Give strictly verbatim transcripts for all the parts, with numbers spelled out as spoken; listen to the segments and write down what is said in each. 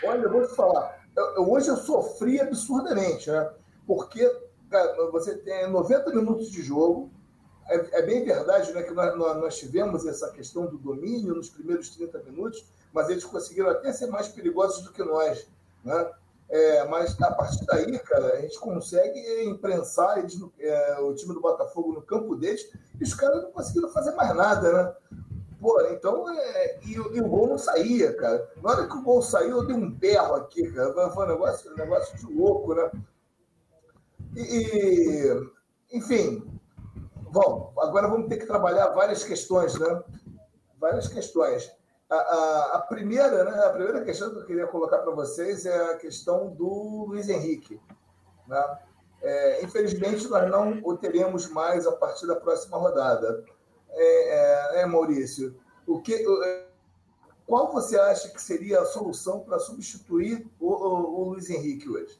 Olha, eu vou te falar, eu, eu, hoje eu sofri absurdamente, né? Porque cara, você tem noventa minutos de jogo, é, é bem verdade, né, que nós, nós tivemos essa questão do domínio nos primeiros trinta minutos, mas eles conseguiram até ser mais perigosos do que nós, né? É, mas a partir daí, cara, a gente consegue imprensar eles no, é, o time do Botafogo no campo deles e os caras não conseguiram fazer mais nada, né? Pô, então, é, e, e o gol não saía, cara. Na hora que o gol saiu, eu dei um berro aqui, cara. Foi um negócio, um negócio de louco, né? E, e, enfim, bom, agora vamos ter que trabalhar várias questões, né? Várias questões. A, a, a primeira, né? A primeira questão que eu queria colocar para vocês é a questão do Luiz Henrique, né? É, infelizmente, nós não o teremos mais a partir da próxima rodada. É, é, é, Maurício, o que, qual você acha que seria a solução para substituir o, o, o Luiz Henrique hoje?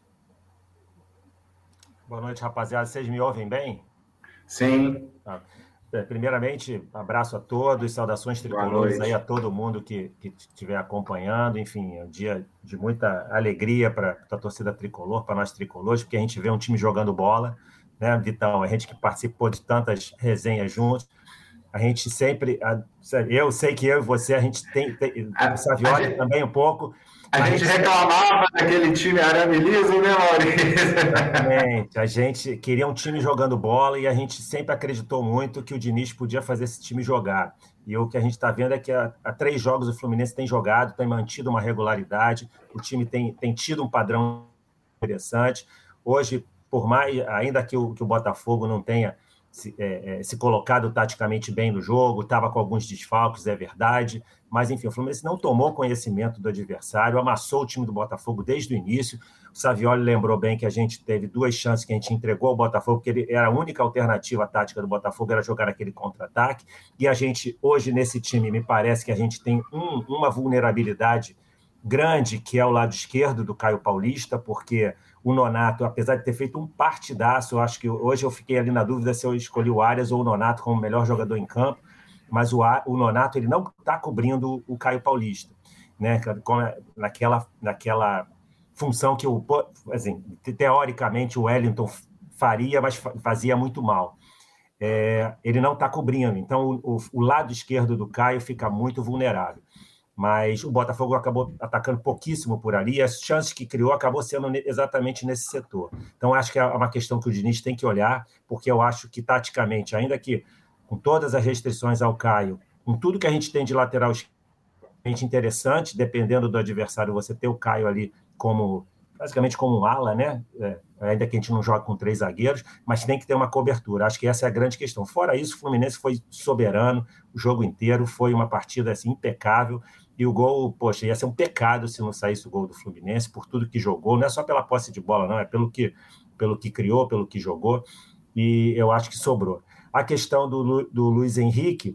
Boa noite, rapaziada. Vocês me ouvem bem? Sim. Ah, primeiramente, abraço a todos, saudações tricolores aí a todo mundo que, que estiver acompanhando. Enfim, é um dia de muita alegria para a torcida tricolor, para nós tricolores, porque a gente vê um time jogando bola, né, Vitão? A gente que participou de tantas resenhas juntos. A gente sempre, eu sei que eu e você, a gente tem, tem a, o Savioli gente, também um pouco. A, a gente, gente reclamava daquele time arame liso, né, Maurício? Exatamente, a gente queria um time jogando bola e a gente sempre acreditou muito que o Diniz podia fazer esse time jogar. E o que a gente está vendo é que há, há três jogos o Fluminense tem jogado, tem mantido uma regularidade, o time tem, tem tido um padrão interessante. Hoje, por mais, ainda que o, que o Botafogo não tenha Se, é, é, se colocado taticamente bem no jogo, estava com alguns desfalques, é verdade, mas enfim, o Fluminense não tomou conhecimento do adversário, amassou o time do Botafogo desde o início. O Savioli lembrou bem que a gente teve duas chances que a gente entregou ao Botafogo, porque ele era a única alternativa tática do Botafogo, era jogar aquele contra-ataque, e a gente, hoje nesse time, me parece que a gente tem um, uma vulnerabilidade grande, que é o lado esquerdo do Caio Paulista, porque o Nonato, apesar de ter feito um partidaço, eu acho que hoje eu fiquei ali na dúvida se eu escolhi o Arias ou o Nonato como melhor jogador em campo, mas o, o Nonato ele não está cobrindo o Caio Paulista, né? naquela, naquela função que, o, assim, teoricamente, o Wellington faria, mas fazia muito mal. É, ele não está cobrindo, então o, o lado esquerdo do Caio fica muito vulnerável. Mas o Botafogo acabou atacando pouquíssimo por ali, e as chances que criou acabou sendo exatamente nesse setor. Então, acho que é uma questão que o Diniz tem que olhar, porque eu acho que, taticamente, ainda que com todas as restrições ao Caio, com tudo que a gente tem de lateral interessante, dependendo do adversário, você ter o Caio ali como, basicamente como um ala, né? É, ainda que a gente não jogue com três zagueiros, mas tem que ter uma cobertura. Acho que essa é a grande questão. Fora isso, o Fluminense foi soberano o jogo inteiro, foi uma partida assim, impecável. E o gol, poxa, ia ser um pecado se não saísse o gol do Fluminense, por tudo que jogou, não é só pela posse de bola, não, é pelo que, pelo que criou, pelo que jogou, e eu acho que sobrou. A questão do, do Luiz Henrique,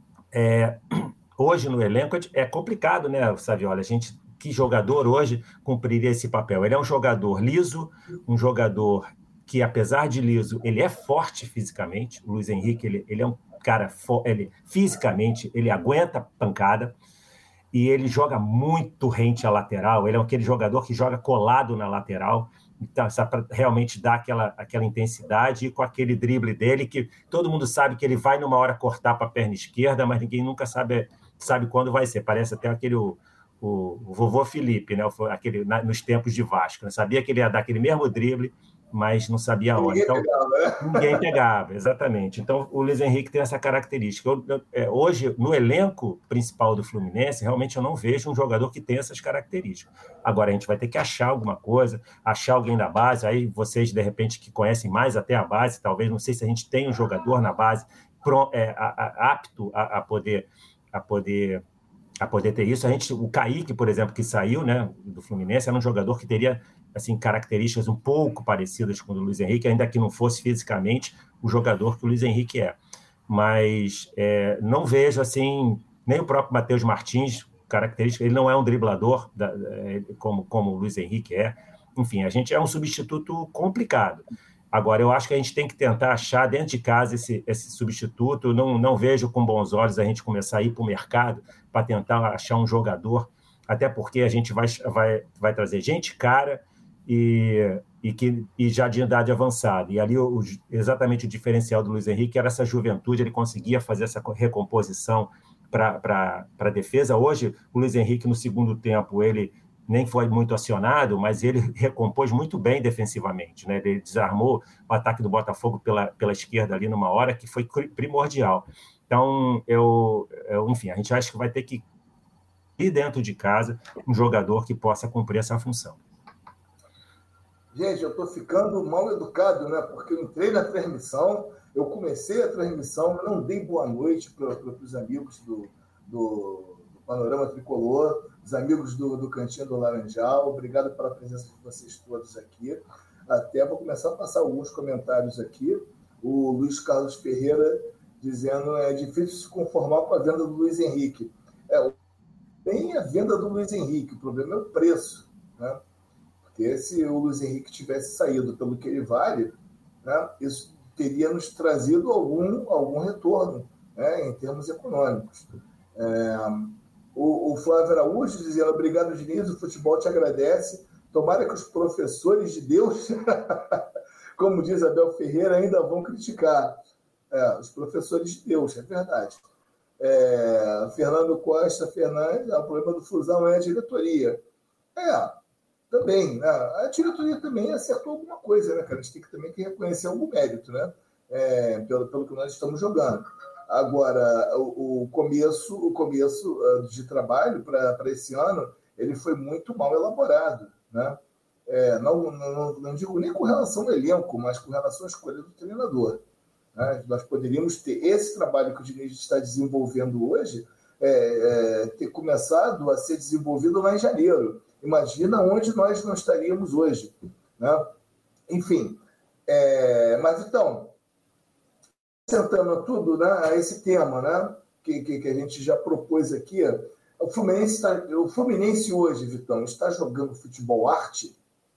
é, hoje no elenco é complicado, né, Savioli? A gente, que jogador hoje cumpriria esse papel? Ele é um jogador liso, um jogador que, apesar de liso, ele é forte fisicamente. O Luiz Henrique, ele, ele é um cara, ele, fisicamente, ele aguenta pancada, e ele joga muito rente à lateral, ele é aquele jogador que joga colado na lateral, então, para realmente dar aquela, aquela intensidade, e com aquele drible dele, que todo mundo sabe que ele vai numa hora cortar para a perna esquerda, mas ninguém nunca sabe, sabe quando vai ser, parece até aquele o, o, o vovô Felipe, né? Aquele, na, nos tempos de Vasco, né? Sabia que ele ia dar aquele mesmo drible, mas não sabia a hora. Ninguém então, pegava, né? Ninguém pegava, exatamente. Então, o Luiz Henrique tem essa característica. Eu, eu, é, hoje, no elenco principal do Fluminense, realmente eu não vejo um jogador que tenha essas características. Agora, a gente vai ter que achar alguma coisa, achar alguém da base, aí vocês, de repente, que conhecem mais até a base, talvez, não sei se a gente tem um jogador na base pro, é, a, a, apto a, a, poder, a poder... a poder ter isso. A gente, o Kaique, por exemplo, que saiu, né, do Fluminense, era um jogador que teria assim, características um pouco parecidas com o do Luiz Henrique, ainda que não fosse fisicamente o jogador que o Luiz Henrique é. Mas é, não vejo assim, nem o próprio Matheus Martins, característica, ele não é um driblador da, como, como o Luiz Henrique é. Enfim, a gente é um substituto complicado. Agora, eu acho que a gente tem que tentar achar dentro de casa esse, esse substituto. Não, não vejo com bons olhos a gente começar a ir para o mercado para tentar achar um jogador até porque a gente vai, vai, vai trazer gente cara e, e, que, e já de idade avançada. E ali o, exatamente o diferencial do Luiz Henrique era essa juventude, ele conseguia fazer essa recomposição para a defesa. Hoje, o Luiz Henrique, no segundo tempo, ele nem foi muito acionado, mas ele recompôs muito bem defensivamente, né? Ele desarmou o ataque do Botafogo pela, pela esquerda ali numa hora que foi primordial. Então, eu, eu, enfim, a gente acha que vai ter que ir dentro de casa um jogador que possa cumprir essa função. Gente, eu estou ficando mal educado, né? Porque eu entrei na transmissão, eu comecei a transmissão, não dei boa noite para os amigos do, do, do Panorama Tricolor, os amigos do, do Cantinho do Laranjal. Obrigado pela presença de vocês todos aqui. Até vou começar a passar alguns comentários aqui. O Luiz Carlos Ferreira dizendo que é difícil se conformar com a venda do Luiz Henrique. É, nem a venda do Luiz Henrique, o problema é o preço, né? Porque se o Luiz Henrique tivesse saído pelo que ele vale, né, isso teria nos trazido algum, algum retorno, né, em termos econômicos. É, o, o Flávio Araújo dizendo: obrigado, Diniz, o futebol te agradece. Tomara que os professores de Deus, como diz Abel Ferreira, ainda vão criticar. É, os professores de Deus, é verdade. É, Fernando Costa Fernandes, o problema do Fusão é a diretoria. É, também, né? A diretoria também acertou alguma coisa, né, cara? A gente tem que também que reconhecer algum mérito, né? É, pelo, pelo que nós estamos jogando. Agora, o, o começo, o começo uh, de trabalho para esse ano, ele foi muito mal elaborado, né? É, não, não, não digo nem com relação ao elenco, mas com relação à escolha do treinador. Né? Nós poderíamos ter esse trabalho que o Diniz está desenvolvendo hoje, é, é, ter começado a ser desenvolvido lá em janeiro. Imagina onde nós não estaríamos hoje, né? Enfim, é, mas então, sentando tudo, né, a esse tema, né, que, que, que a gente já propôs aqui, o Fluminense, tá, o Fluminense hoje, Vitão, está jogando futebol arte?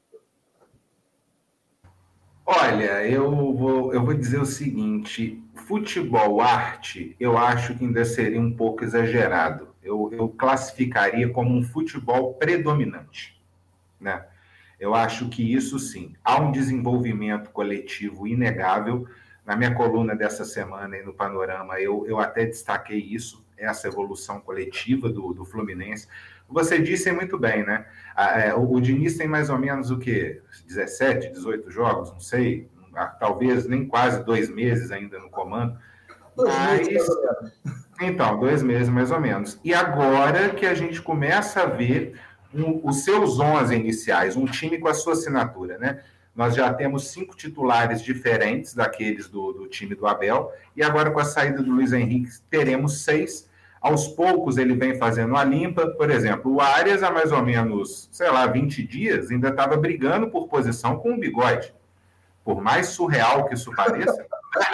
Olha, eu vou, eu vou dizer o seguinte: futebol arte, eu acho que ainda seria um pouco exagerado. Eu, eu classificaria como um futebol predominante, né? Eu acho que isso sim, há um desenvolvimento coletivo inegável. Na minha coluna dessa semana aí no Panorama, eu, eu até destaquei isso, essa evolução coletiva do, do Fluminense. Você disse muito bem, né? É, o, o Diniz tem mais ou menos o quê? dezessete, dezoito jogos, não sei, talvez nem quase dois meses ainda no comando. Dois Mas, meses, mais ou menos. Então, dois meses mais ou menos. E agora que a gente começa a ver um, os seus onze iniciais, um time com a sua assinatura, né? Nós já temos cinco titulares diferentes daqueles do, do time do Abel, e agora com a saída do Luiz Henrique teremos seis. Aos poucos ele vem fazendo a limpa. Por exemplo, o Arias há mais ou menos, sei lá, vinte dias, ainda estava brigando por posição com o Bigode. Por mais surreal que isso pareça,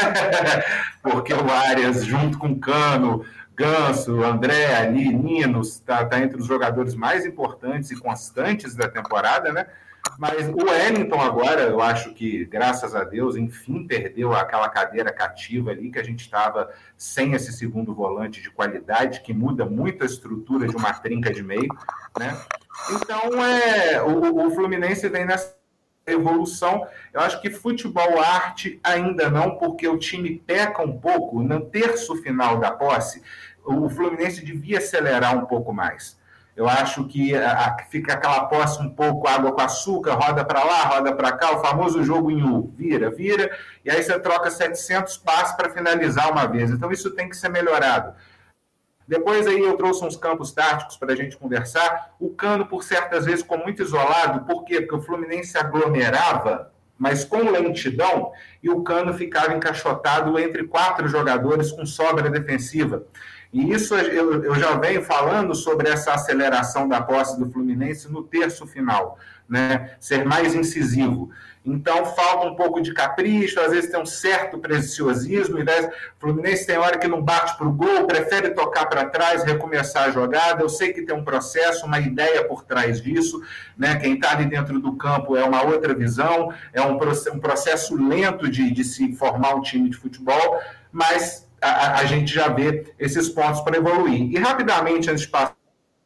porque o Arias, junto com Cano, Ganso, André, ali, Nino, está tá entre os jogadores mais importantes e constantes da temporada, né? Mas o Wellington agora, eu acho que, graças a Deus, enfim, perdeu aquela cadeira cativa ali, que a gente estava sem esse segundo volante de qualidade, que muda muito a estrutura de uma trinca de meio, né? Então, é, o, o Fluminense vem nessa evolução. Eu acho que futebol arte ainda não, porque o time peca um pouco. No terço final da posse, o Fluminense devia acelerar um pouco mais. Eu acho que a, fica aquela posse um pouco água com açúcar, roda para lá, roda para cá, o famoso jogo em U, vira, vira, e aí você troca setecentos passes para finalizar uma vez. Então isso tem que ser melhorado. Depois aí eu trouxe uns campos táticos para a gente conversar. O Cano, por certas vezes, ficou muito isolado. Por quê? Porque o Fluminense aglomerava, mas com lentidão, e o Cano ficava encaixotado entre quatro jogadores com sobra defensiva. E isso eu, eu já venho falando sobre essa aceleração da posse do Fluminense no terço final, né? Ser mais incisivo. Então, falta um pouco de capricho, às vezes tem um certo preciosismo. O Fluminense tem hora que não bate para o gol, prefere tocar para trás, recomeçar a jogada. Eu sei que tem um processo, uma ideia por trás disso, né? Quem está ali dentro do campo é uma outra visão, é um, um processo lento de, de se formar um time de futebol, mas a, a gente já vê esses pontos para evoluir. E rapidamente, antes de passar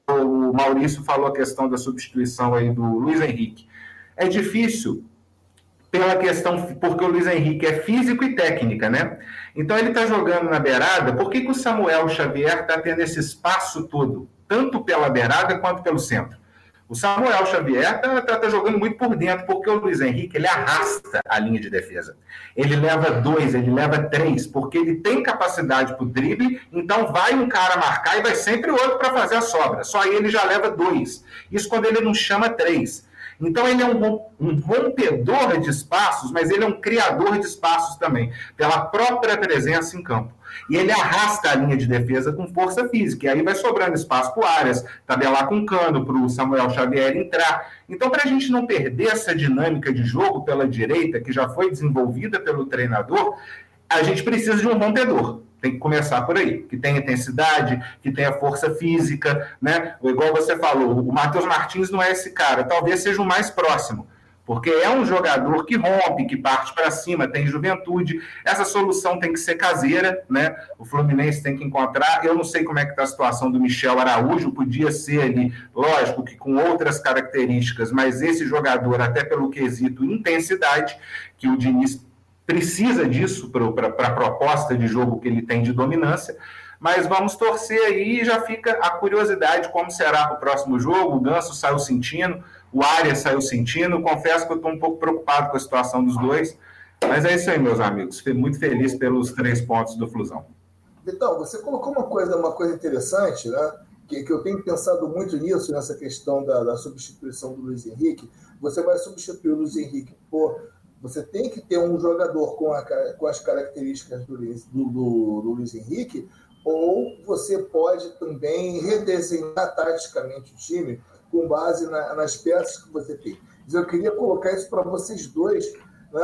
o Maurício falou a questão da substituição aí do Luiz Henrique. É difícil pela questão, porque o Luiz Henrique é físico e técnica, né? Então ele está jogando na beirada. Por que que o Samuel Xavier está tendo esse espaço todo, tanto pela beirada quanto pelo centro? O Samuel Xavier está tá, tá jogando muito por dentro, porque o Luiz Henrique ele arrasta a linha de defesa. Ele leva dois, ele leva três, porque ele tem capacidade para o drible, então vai um cara marcar e vai sempre outro para fazer a sobra. Só aí ele já leva dois. Isso quando ele não chama três. Então ele é um, um rompedor de espaços, mas ele é um criador de espaços também, pela própria presença em campo. E ele arrasta a linha de defesa com força física, e aí vai sobrando espaço para o Arias, tabelar com o Cano, para o Samuel Xavier entrar. Então, para a gente não perder essa dinâmica de jogo pela direita, que já foi desenvolvida pelo treinador, a gente precisa de um rompedor. Tem que começar por aí, que tenha intensidade, que tenha força física, né? Igual você falou, o Matheus Martins não é esse cara, talvez seja o mais próximo, porque é um jogador que rompe, que parte para cima, tem juventude. Essa solução tem que ser caseira, né? O Fluminense tem que encontrar. Eu não sei como é que está a situação do Michel Araújo, podia ser ali, lógico que com outras características, mas esse jogador, até pelo quesito intensidade, que o Diniz precisa disso para a proposta de jogo que ele tem de dominância, mas vamos torcer aí e já fica a curiosidade como será o próximo jogo. O Ganso saiu sentindo, o Arias saiu sentindo, confesso que eu estou um pouco preocupado com a situação dos dois, mas é isso aí, meus amigos, fiquei muito feliz pelos três pontos do Flusão. Vitão, você colocou uma coisa, uma coisa interessante, né? que, que eu tenho pensado muito nisso, nessa questão da, da substituição do Luiz Henrique. Você vai substituir o Luiz Henrique por... Você tem que ter um jogador com, a, com as características do, do, do, do Luiz Henrique, ou você pode também redesenhar taticamente o time com base na, nas peças que você tem. Mas eu queria colocar isso para vocês dois, né,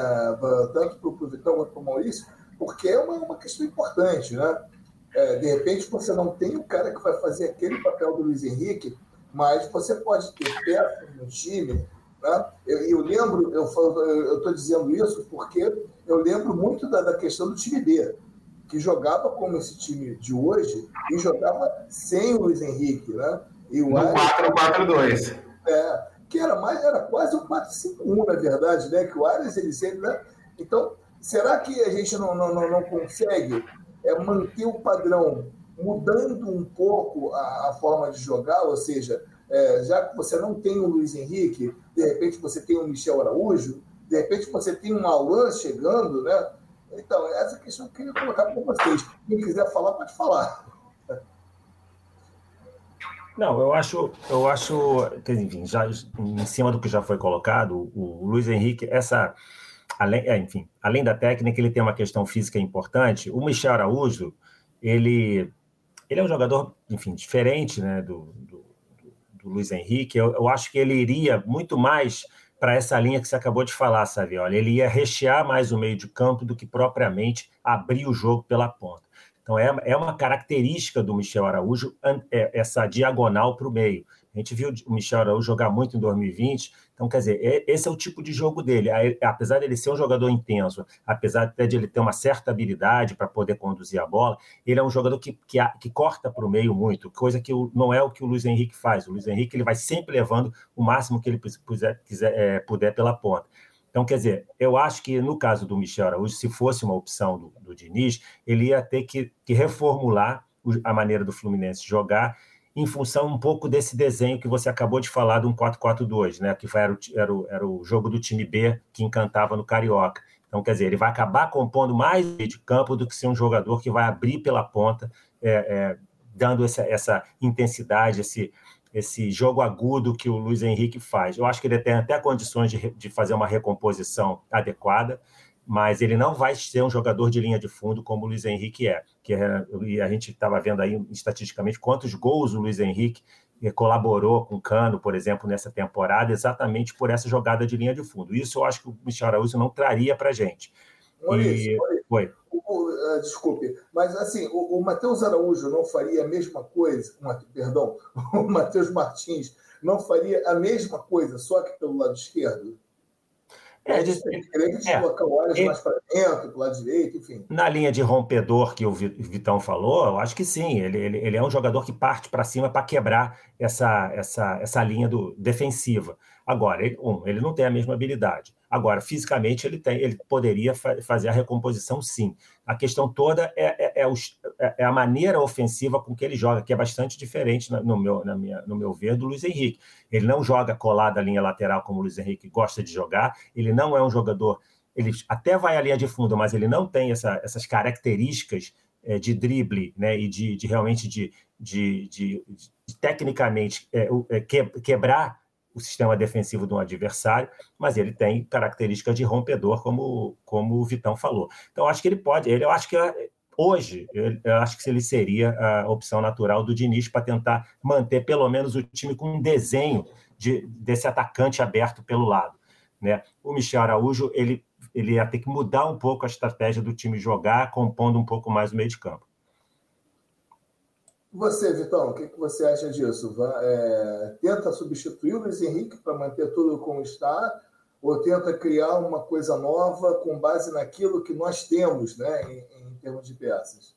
tanto para o Vitão quanto para o Maurício, porque é uma, uma questão importante. Né? É, de repente, você não tem o cara que vai fazer aquele papel do Luiz Henrique, mas você pode ter peças no time. Né? Eu, eu lembro, eu estou dizendo isso porque eu lembro muito da, da questão do time B, que jogava como esse time de hoje e jogava sem o Luiz Henrique. Né? E o no quatro quatro dois. É, que era, mais, era quase um quatro cinco um, na verdade, né? Que o Arias, ele sempre... Né? Então, será que a gente não, não, não consegue é, manter o padrão mudando um pouco a, a forma de jogar? Ou seja, é, já que você não tem o Luiz Henrique, de repente você tem o Michel Araújo, de repente você tem um Alan chegando, né? Então, essa questão eu queria colocar para vocês. Quem quiser falar, pode falar. Não, eu acho, eu acho, enfim, já em cima do que já foi colocado, o Luiz Henrique, essa, além, enfim, além da técnica, ele tem uma questão física importante. O Michel Araújo, ele, ele é um jogador, enfim, diferente, né, do, do, do Luiz Henrique. Eu, eu acho que ele iria muito mais para essa linha que você acabou de falar, sabe? Olha, ele ia rechear mais o meio de campo do que propriamente abrir o jogo pela ponta. Então, é, é uma característica do Michel Araújo essa diagonal para o meio. A gente viu o Michel Araújo jogar muito em dois mil e vinte, então, quer dizer, esse é o tipo de jogo dele. Apesar de ele ser um jogador intenso, apesar até de ele ter uma certa habilidade para poder conduzir a bola, ele é um jogador que, que, que corta para o meio muito, coisa que não é o que o Luiz Henrique faz. O Luiz Henrique ele vai sempre levando o máximo que ele puder, quiser, é, puder pela ponta. Então, quer dizer, eu acho que no caso do Michel Araújo, se fosse uma opção do, do Diniz, ele ia ter que, que reformular a maneira do Fluminense jogar em função um pouco desse desenho que você acabou de falar de um quatro quatro dois, né? Que era o, era, o, era o jogo do time B que encantava no Carioca. Então, quer dizer, ele vai acabar compondo mais de campo do que ser um jogador que vai abrir pela ponta, é, é, dando essa, essa intensidade, esse... esse jogo agudo que o Luiz Henrique faz. Eu acho que ele tem até condições de, de fazer uma recomposição adequada, mas ele não vai ser um jogador de linha de fundo como o Luiz Henrique é. Que é, e a gente estava vendo aí, estatisticamente, quantos gols o Luiz Henrique colaborou com o Cano, por exemplo, nessa temporada, exatamente por essa jogada de linha de fundo. Isso eu acho que o Michel Araújo não traria para a gente. Maurício, e... Oi. O, uh, desculpe, mas assim, o, o Matheus Araújo não faria a mesma coisa, uma, perdão, o Matheus Martins não faria a mesma coisa, só que pelo lado esquerdo? É, de, querer deslocar o Arias mais para dentro, para o lado direito, enfim. Na linha de rompedor que o Vitão falou, eu acho que sim. Ele, ele, ele é um jogador que parte para cima para quebrar essa, essa, essa linha do, defensiva. Agora, ele, um, ele não tem a mesma habilidade. Agora, fisicamente, ele, tem, ele poderia fa- fazer a recomposição, sim. A questão toda é, é, é, os, é a maneira ofensiva com que ele joga, que é bastante diferente, no meu, na minha, no meu ver, do Luiz Henrique. Ele não joga colado à linha lateral como o Luiz Henrique gosta de jogar. Ele não é um jogador... Ele até vai à linha de fundo, mas ele não tem essa, essas características é, de drible, né, e de, de realmente de, de, de, de tecnicamente é, é, que, quebrar o sistema defensivo de um adversário, mas ele tem características de rompedor, como, como o Vitão falou. Então, acho que ele pode, ele, eu acho que hoje, eu acho que ele seria a opção natural do Diniz para tentar manter pelo menos o time com um desenho de, desse atacante aberto pelo lado, né? O Michel Araújo, ele ele ia ter que mudar um pouco a estratégia do time jogar, compondo um pouco mais o meio de campo. Você, Vitão, o que, que você acha disso? Vai, é, tenta substituir o Luiz Henrique para manter tudo como está, ou tenta criar uma coisa nova com base naquilo que nós temos, né, em, em termos de peças?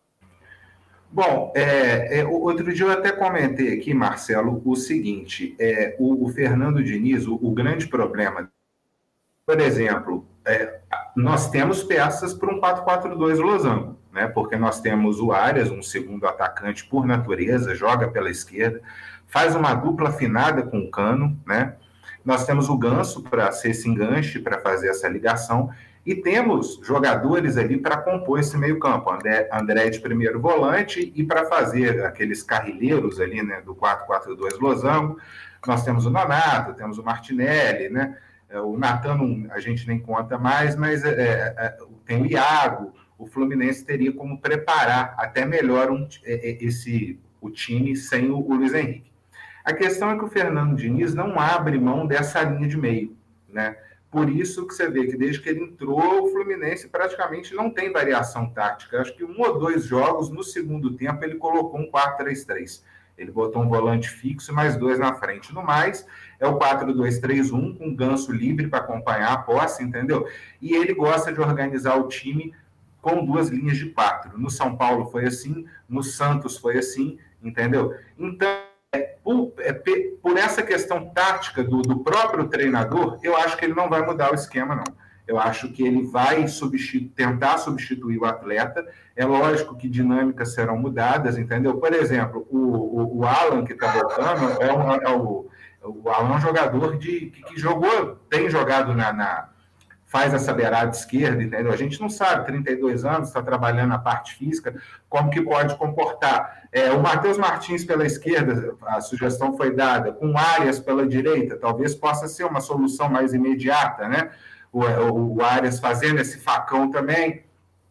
Bom, é, é, outro dia eu até comentei aqui, Marcelo, o seguinte, é, o, o Fernando Diniz, o, o grande problema, por exemplo, é, nós temos peças para um quatro quatro dois losango, né? Porque nós temos o Arias, um segundo atacante por natureza, joga pela esquerda, faz uma dupla afinada com o Cano, né? Nós temos o Ganso para ser esse enganche, para fazer essa ligação, e temos jogadores ali para compor esse meio campo, André, André de primeiro volante e para fazer aqueles carrilheiros ali, né, do quatro quatro dois losango. Nós temos o Nonato, temos o Martinelli, né? O Natan a gente nem conta mais, mas é, é, tem o Iago. O Fluminense teria como preparar até melhor um, esse, o time sem o, o Luiz Henrique. A questão é que o Fernando Diniz não abre mão dessa linha de meio, né? Por isso que você vê que desde que ele entrou, o Fluminense praticamente não tem variação tática. Acho que um ou dois jogos, no segundo tempo, ele colocou um quatro três três. Ele botou um volante fixo e mais dois na frente. No mais, é o quatro dois três um, com o Ganso livre para acompanhar a posse, entendeu? E ele gosta de organizar o time com duas linhas de quatro. No São Paulo foi assim, no Santos foi assim, entendeu? Então, é, por, é, por essa questão tática do, do próprio treinador, eu acho que ele não vai mudar o esquema, não. Eu acho que ele vai substitu- tentar substituir o atleta. É lógico que dinâmicas serão mudadas, entendeu? Por exemplo, o, o, o Alan, que está voltando, é, um, é o, o Alan é um jogador de, que, que jogou, tem jogado na, na... faz essa beirada esquerda, entendeu? A gente não sabe, trinta e dois anos, está trabalhando na parte física, como que pode comportar. É, o Matheus Martins pela esquerda, a sugestão foi dada, com Arias pela direita, talvez possa ser uma solução mais imediata, né? O, o, o Arias fazendo esse facão também,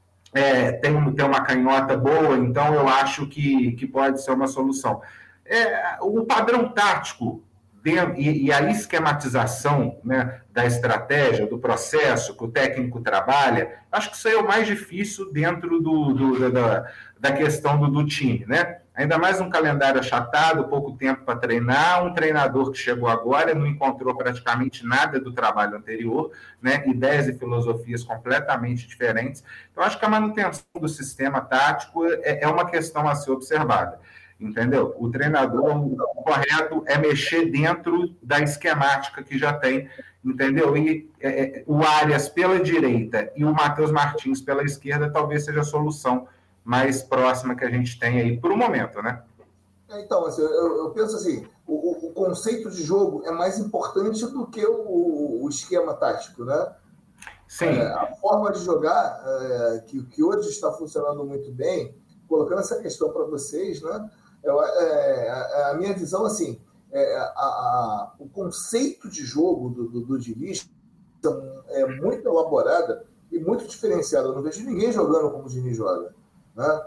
é, tem, tem uma canhota boa, então eu acho que, que pode ser uma solução. É, o padrão tático e, e a esquematização, né, da estratégia, do processo que o técnico trabalha, acho que isso aí é o mais difícil dentro do, do, da, da questão do, do time, né? Ainda mais um calendário achatado, pouco tempo para treinar, um treinador que chegou agora não encontrou praticamente nada do trabalho anterior, né? Ideias e filosofias completamente diferentes. Então, acho que a manutenção do sistema tático é, é uma questão a ser observada. Entendeu? O treinador, o correto é mexer dentro da esquemática que já tem, entendeu? E é, o Arias pela direita e o Matheus Martins pela esquerda talvez seja a solução mais próxima que a gente tem aí por um momento, né? Então, assim, eu, eu penso assim, o, o conceito de jogo é mais importante do que o, o esquema tático, né? Sim. É, a forma de jogar, é, que, que hoje está funcionando muito bem, colocando essa questão para vocês, né? Eu, é, a, a minha visão, assim, é, a, a, o conceito de jogo do, do, do Diniz é muito elaborada e muito diferenciada. Eu não vejo ninguém jogando como o Diniz joga, né?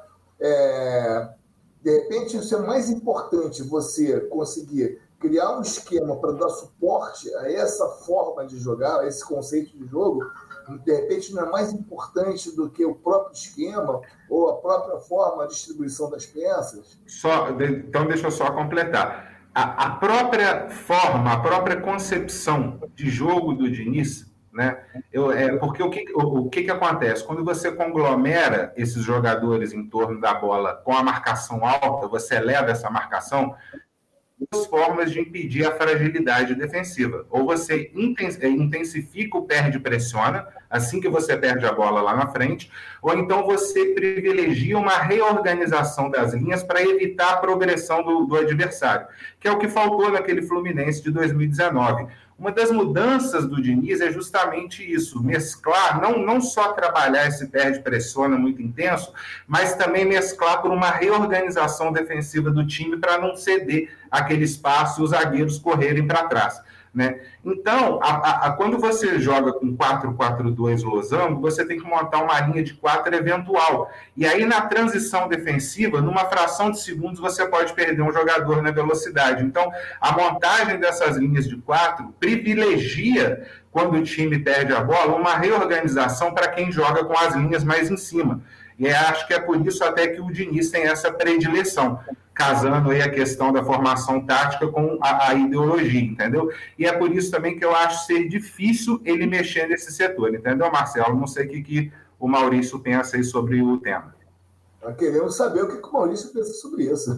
É, de repente, isso é mais importante, você conseguir criar um esquema para dar suporte a essa forma de jogar, a esse conceito de jogo, de repente não é mais importante do que o próprio esquema ou a própria forma, a distribuição das peças? Só, então, deixa eu só completar. A, a própria forma, a própria concepção de jogo do Diniz né? Eu, é, porque o, que, o, o que, que acontece? Quando você conglomera esses jogadores em torno da bola com a marcação alta, você eleva essa marcação, duas formas de impedir a fragilidade defensiva. Ou você intensifica o perde e pressiona, assim que você perde a bola lá na frente, ou então você privilegia uma reorganização das linhas para evitar a progressão do, do adversário, que é o que faltou naquele Fluminense de dois mil e dezenove. Uma das mudanças do Diniz é justamente isso, mesclar, não, não só trabalhar esse perde-pressiona muito intenso, mas também mesclar por uma reorganização defensiva do time para não ceder aquele espaço e os zagueiros correrem para trás, né? Então, a, a, a, quando você joga com quatro quatro dois losango, você tem que montar uma linha de quatro eventual. E aí, na transição defensiva, numa fração de segundos, você pode perder um jogador na velocidade. Então, a montagem dessas linhas de quatro privilegia, quando o time perde a bola, uma reorganização para quem joga com as linhas mais em cima. E acho que é por isso até que o Diniz tem essa predileção, casando aí a questão da formação tática com a, a ideologia, entendeu? E é por isso também que eu acho ser difícil ele mexer nesse setor, entendeu, Marcelo? Não sei o que, que o Maurício pensa aí sobre o tema. Nós queremos saber o que, que o Maurício pensa sobre isso.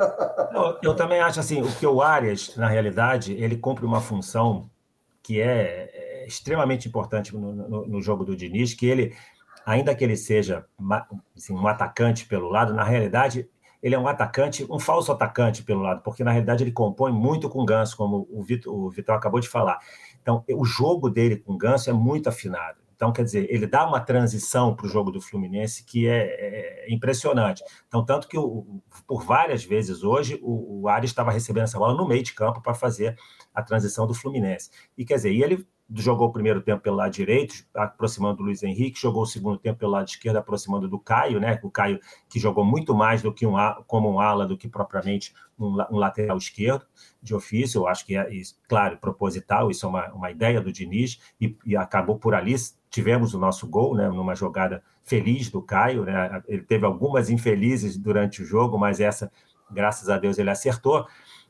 eu, eu também acho assim, o que o Arias, na realidade, ele cumpre uma função que é, é extremamente importante no, no, no jogo do Diniz, que ele, ainda que ele seja assim, um atacante pelo lado, na realidade ele é um atacante, um falso atacante pelo lado, porque na realidade ele compõe muito com o Ganso, como o Vitor, o Vitor acabou de falar. Então, o jogo dele com o Ganso é muito afinado. Então, quer dizer, ele dá uma transição para o jogo do Fluminense que é, é impressionante. Então, tanto que o, por várias vezes hoje o, o Arias estava recebendo essa bola no meio de campo para fazer a transição do Fluminense. E quer dizer, e ele jogou o primeiro tempo pelo lado direito, aproximando do Luiz Henrique, jogou o segundo tempo pelo lado esquerdo, aproximando do Caio, né? O Caio que jogou muito mais do que um como um ala do que propriamente um, um lateral esquerdo de ofício. Eu acho que é, isso, claro, proposital, isso é uma, uma ideia do Diniz, e, e acabou por ali. Tivemos o nosso gol, né? Numa jogada feliz do Caio, né? Ele teve algumas infelizes durante o jogo, mas essa, graças a Deus, ele acertou.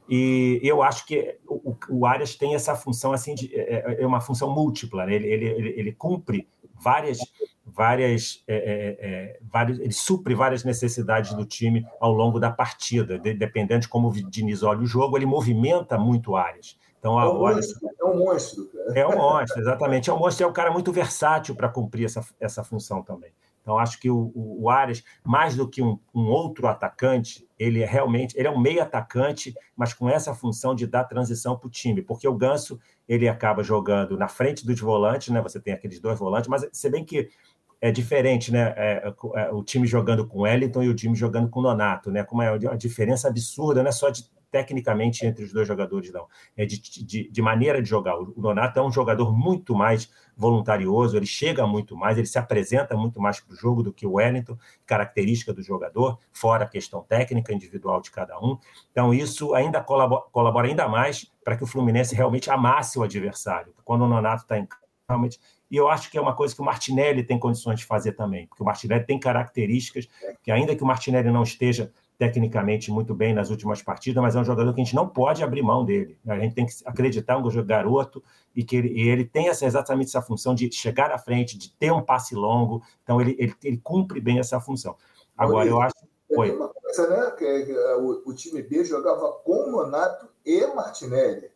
E eu acho que o, o Arias tem essa função assim de, é, é uma função múltipla, né? ele, ele, ele, ele cumpre várias, várias, é, é, várias, ele supre várias necessidades do time ao longo da partida, de, dependendo de como o Diniz olha o jogo, ele movimenta muito o Arias. Então, é, um monstro, é um monstro, cara. É um monstro, exatamente. É um monstro, é um cara muito versátil para cumprir essa, essa função também. Então, acho que o, o, o Arias, mais do que um, um outro atacante, ele é realmente ele é um meio atacante, mas com essa função de dar transição para o time, porque o Ganso ele acaba jogando na frente dos volantes, né? Você tem aqueles dois volantes, mas se bem que é diferente, né? É, é, o time jogando com Wellington e o time jogando com Nonato, né? Como é uma diferença absurda, não é só de tecnicamente entre os dois jogadores, não. É de, de, de maneira de jogar. O Nonato é um jogador muito mais voluntarioso, ele chega muito mais, ele se apresenta muito mais para o jogo do que o Wellington, característica do jogador, fora a questão técnica individual de cada um. Então, isso ainda colabora, colabora ainda mais para que o Fluminense realmente amasse o adversário. Quando o Nonato está em campo, realmente... E eu acho que é uma coisa que o Martinelli tem condições de fazer também, porque o Martinelli tem características que, ainda que o Martinelli não esteja tecnicamente muito bem nas últimas partidas, mas é um jogador que a gente não pode abrir mão dele. A gente tem que acreditar no garoto e que ele, e ele tem essa, exatamente essa função de chegar à frente, de ter um passe longo. Então, ele, ele, ele cumpre bem essa função. Agora, eu acho... Foi. Tem uma coisa, né? Que, que o, o time B jogava com Nonato e Martinelli.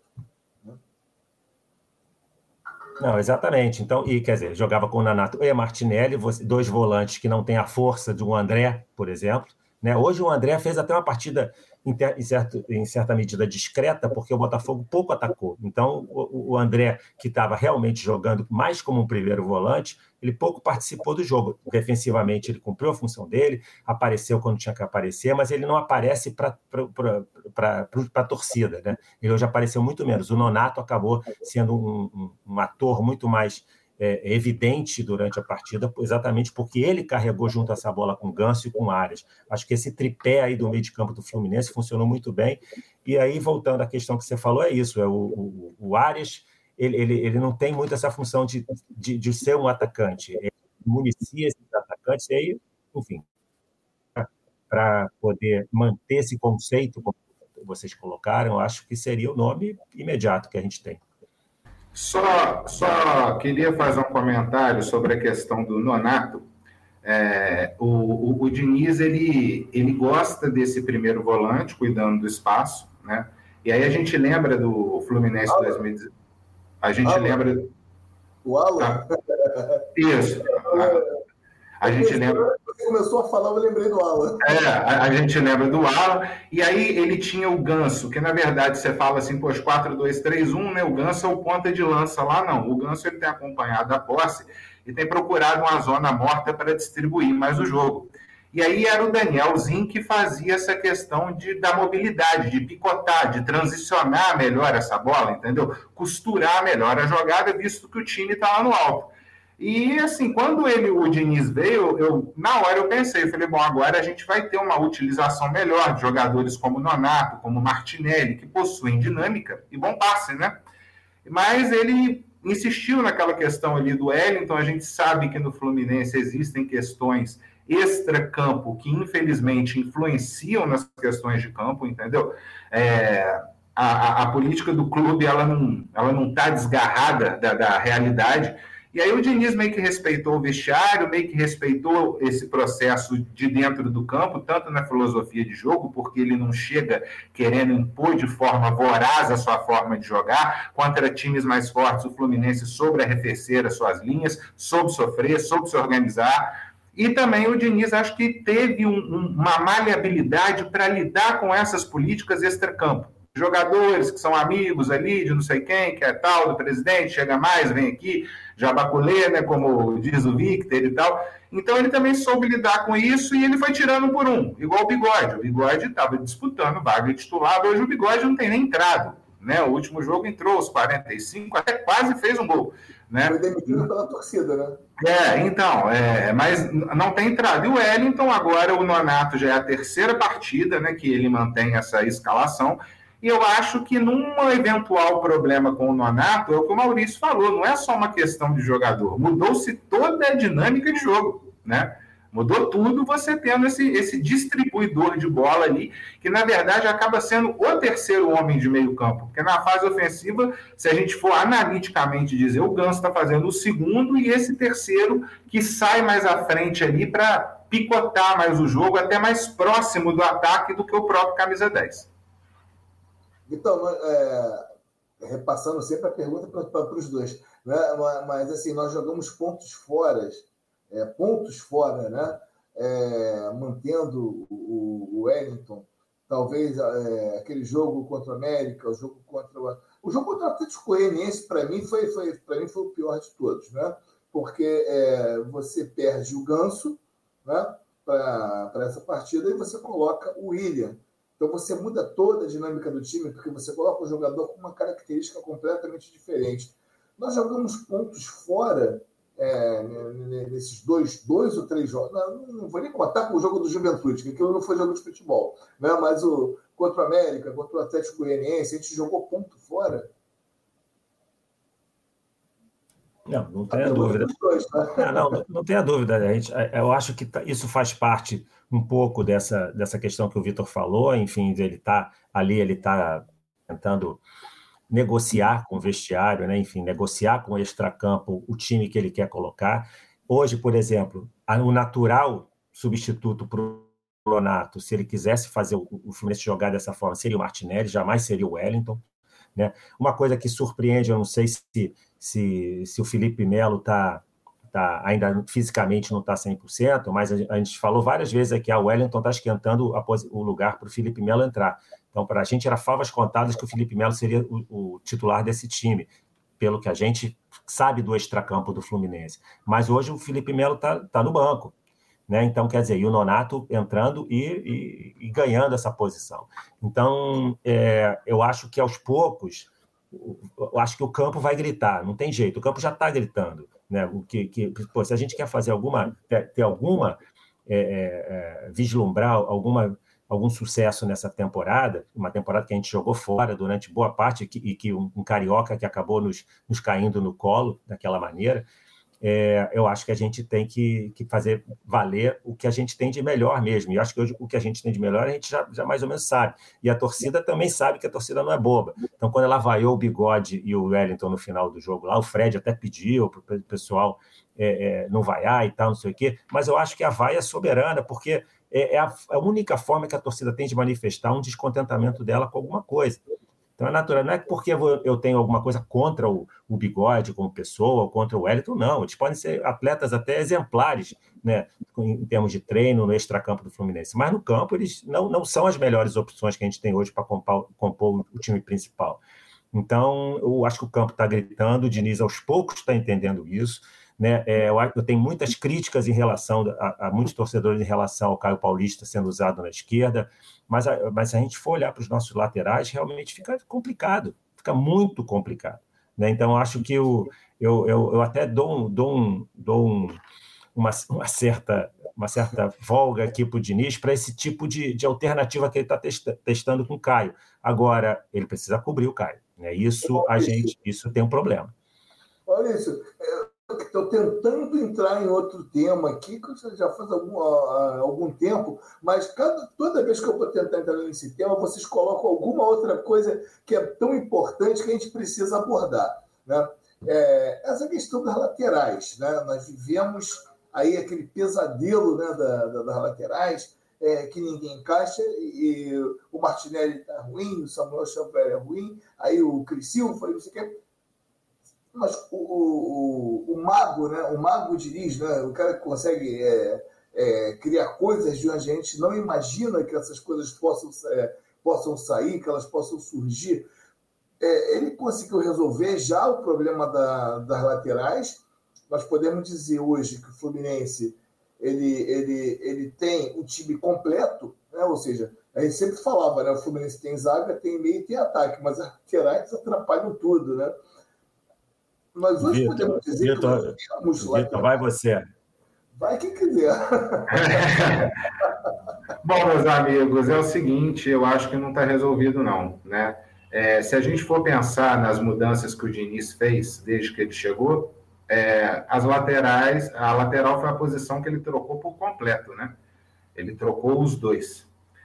Não, exatamente. Então, e quer dizer, jogava com o Nonato e Martinelli, dois volantes que não têm a força de um André, por exemplo. Né? Hoje o André fez até uma partida em, ter, em, certo, em certa medida discreta, porque o Botafogo pouco atacou. Então, o, o André, que estava realmente jogando mais como um primeiro volante, ele pouco participou do jogo. Defensivamente, ele cumpriu a função dele, apareceu quando tinha que aparecer, mas ele não aparece para a torcida. Né? Ele hoje apareceu muito menos. O Nonato acabou sendo um, um, um ator muito mais é, evidente durante a partida, exatamente porque ele carregou junto essa bola com o Ganso e com o Arias. Acho que esse tripé aí do meio de campo do Fluminense funcionou muito bem. E aí, voltando à questão que você falou, é isso, é o, o, o Arias, ele, ele, ele não tem muito essa função de, de, de ser um atacante, ele municia esses atacantes, e aí, enfim, para poder manter esse conceito, como vocês colocaram, acho que seria o nome imediato que a gente tem. Só, só queria fazer um comentário sobre a questão do Nonato. É, o, o, o Diniz, ele, ele gosta desse primeiro volante, cuidando do espaço, né? E aí a gente lembra do Fluminense Alan. dois mil e dezesseis. A gente Alan. lembra... O Alan? Ah, isso. A, a gente lembra... Você começou a falar, eu lembrei do Alan. É, a, a gente lembra do Alan. E aí ele tinha o Ganso, que na verdade você fala assim, pô, quatro dois três um, né? O Ganso é o ponta de lança lá, não. O Ganso ele tem acompanhado a posse e tem procurado uma zona morta para distribuir mais o jogo. E aí era o Danielzinho que fazia essa questão de, da mobilidade, de picotar, de transicionar melhor essa bola, entendeu? Costurar melhor a jogada, visto que o time está lá no alto. E, assim, quando ele, o Diniz veio, eu, na hora eu pensei, eu falei, bom, agora a gente vai ter uma utilização melhor de jogadores como Nonato, como Martinelli, que possuem dinâmica e bom passe, né? Mas ele insistiu naquela questão ali do Wellington. A gente sabe que no Fluminense existem questões extra-campo que, infelizmente, influenciam nas questões de campo, entendeu? É, a, a, a política do clube, ela não ela não está desgarrada da, da realidade. E aí o Diniz meio que respeitou o vestiário, meio que respeitou esse processo de dentro do campo, tanto na filosofia de jogo, porque ele não chega querendo impor de forma voraz a sua forma de jogar. Contra times mais fortes, o Fluminense soube arrefecer as suas linhas, soube sofrer, soube se organizar. E também o Diniz, acho que teve um, um, uma maleabilidade para lidar com essas políticas extracampo. Jogadores que são amigos ali de não sei quem, que é tal, do presidente, chega mais, vem aqui, jabaculê, né, como diz o Victor e tal. Então ele também soube lidar com isso e ele foi tirando um por um, igual o Bigode. O Bigode estava disputando vaga de titular, hoje o Bigode não tem nem entrado, né? O último jogo entrou aos quarenta e cinco, até quase fez um gol, né? Foi demitido pela torcida, né? É, então, é, mas não tem entrado. E o Wellington, agora o Nonato já é a terceira partida, né, que ele mantém essa escalação. E eu acho que num eventual problema com o Nonato, é o que o Maurício falou, não é só uma questão de jogador, mudou-se toda a dinâmica de jogo, né? Mudou tudo você tendo esse, esse distribuidor de bola ali, que na verdade acaba sendo o terceiro homem de meio campo, porque na fase ofensiva, se a gente for analiticamente dizer, o Ganso está fazendo o segundo e esse terceiro que sai mais à frente ali para picotar mais o jogo, até mais próximo do ataque do que o próprio camisa dez. Então, é, repassando sempre a pergunta para os dois, né? Mas assim, nós jogamos pontos fora, é, pontos fora, né? É, mantendo o, o Wellington, talvez é, aquele jogo contra o América, o jogo contra o, o jogo contra o Atlético Goianiense, para mim foi, foi para mim foi o pior de todos, né? Porque é, você perde o Ganso, né? Para essa partida e você coloca o William. Então, você muda toda a dinâmica do time, porque você coloca o jogador com uma característica completamente diferente. Nós jogamos pontos fora é, nesses dois, dois ou três jogos. Não, não vou nem contar com o jogo do Juventude, que aquilo não foi jogo de futebol. Né? Mas o, contra o América, contra o Atlético Goianiense, a gente jogou ponto fora. Não, não tenha dúvida. Dois, né? não, não, não tenha dúvida. A gente, eu acho que isso faz parte um pouco dessa, dessa questão que o Vitor falou. Enfim, ele está ali, ele está tentando negociar com o vestiário, né? Enfim, negociar com o extracampo o time que ele quer colocar. Hoje, por exemplo, o natural substituto para o Nonato, se ele quisesse fazer o, o Fluminense jogar dessa forma, seria o Martinelli, jamais seria o Wellington. Né? Uma coisa que surpreende, eu não sei se, se, se o Felipe Melo está tá, ainda fisicamente não está cem por cento, mas a, a gente falou várias vezes aqui, a Wellington está esquentando a, o lugar para o Felipe Melo entrar. Então, para a gente era favas contadas que o Felipe Melo seria o, o titular desse time, pelo que a gente sabe do extracampo do Fluminense. Mas hoje o Felipe Melo está tá no banco. Né? Então, quer dizer, e o Nonato entrando e, e, e ganhando essa posição. Então, é, eu acho que aos poucos, eu acho que o campo vai gritar, não tem jeito, o campo já está gritando. Né? O que, que, pô, se a gente quer fazer alguma, ter, ter alguma, é, é, vislumbrar alguma, algum sucesso nessa temporada, uma temporada que a gente jogou fora durante boa parte, e que, e que um, um carioca que acabou nos, nos caindo no colo daquela maneira, é, eu acho que a gente tem que, que fazer valer o que a gente tem de melhor mesmo. E eu acho que hoje, o que a gente tem de melhor a gente já, já mais ou menos sabe. E a torcida também sabe que a torcida não é boba. Então, quando ela vaiou o Bigode e o Wellington no final do jogo lá, o Fred até pediu para o pessoal é, é, não vaiar e tal, não sei o quê, mas eu acho que a vaia é soberana, porque é, é a, a única forma que a torcida tem de manifestar um descontentamento dela com alguma coisa. Então é natural, não é porque eu tenho alguma coisa contra o, o Bigode como pessoa, ou contra o Wellington, não. Eles podem ser atletas até exemplares, né, em termos de treino no extracampo do Fluminense. Mas no campo eles não, não são as melhores opções que a gente tem hoje para compor, compor o time principal. Então, eu acho que o campo está gritando, o Diniz aos poucos está entendendo isso. Né? É, eu, eu tenho muitas críticas em relação a, a muitos torcedores em relação ao Caio Paulista sendo usado na esquerda, mas, a, mas se a gente for olhar para os nossos laterais, realmente fica complicado, fica muito complicado. Né? Então, eu acho que eu, eu, eu, eu até dou, um, dou, um, dou um, uma, uma, certa, uma certa folga aqui para o Diniz para esse tipo de, de alternativa que ele está testa, testando com o Caio. Agora, ele precisa cobrir o Caio. Né? Isso, a gente, isso tem um problema. Olha isso. Estou tentando entrar em outro tema aqui, que já faz algum, algum tempo, mas cada, toda vez que eu vou tentar entrar nesse tema, vocês colocam alguma outra coisa que é tão importante que a gente precisa abordar. Né? É, essa questão das laterais. Né? Nós vivemos aí aquele pesadelo, né, da, da, das laterais, é, que ninguém encaixa, e, e o Martinelli está ruim, o Samuel Xavier é ruim, aí o Cris Silva foi não sei o quê. Mas o, o, o mago, né? O mago Diniz, né? O cara que consegue é, é, criar coisas de onde a gente não imagina que essas coisas possam, é, possam sair, que elas possam surgir. É, ele conseguiu resolver já o problema da, das laterais. Nós podemos dizer hoje que o Fluminense ele, ele, ele tem um time completo, né? Ou seja, a gente sempre falava, né? O Fluminense tem zaga, tem meio e tem ataque, mas as laterais atrapalham tudo, né? Mas hoje Vitor, podemos dizer Vitor, que nós temos Vitor, vai você. Vai quem quiser. Bom, meus amigos, é o seguinte, eu acho que não está resolvido, não. Né? É, se a gente for pensar nas mudanças que o Diniz fez desde que ele chegou, é, as laterais, a lateral foi a posição que ele trocou por completo, né? Ele trocou os dois.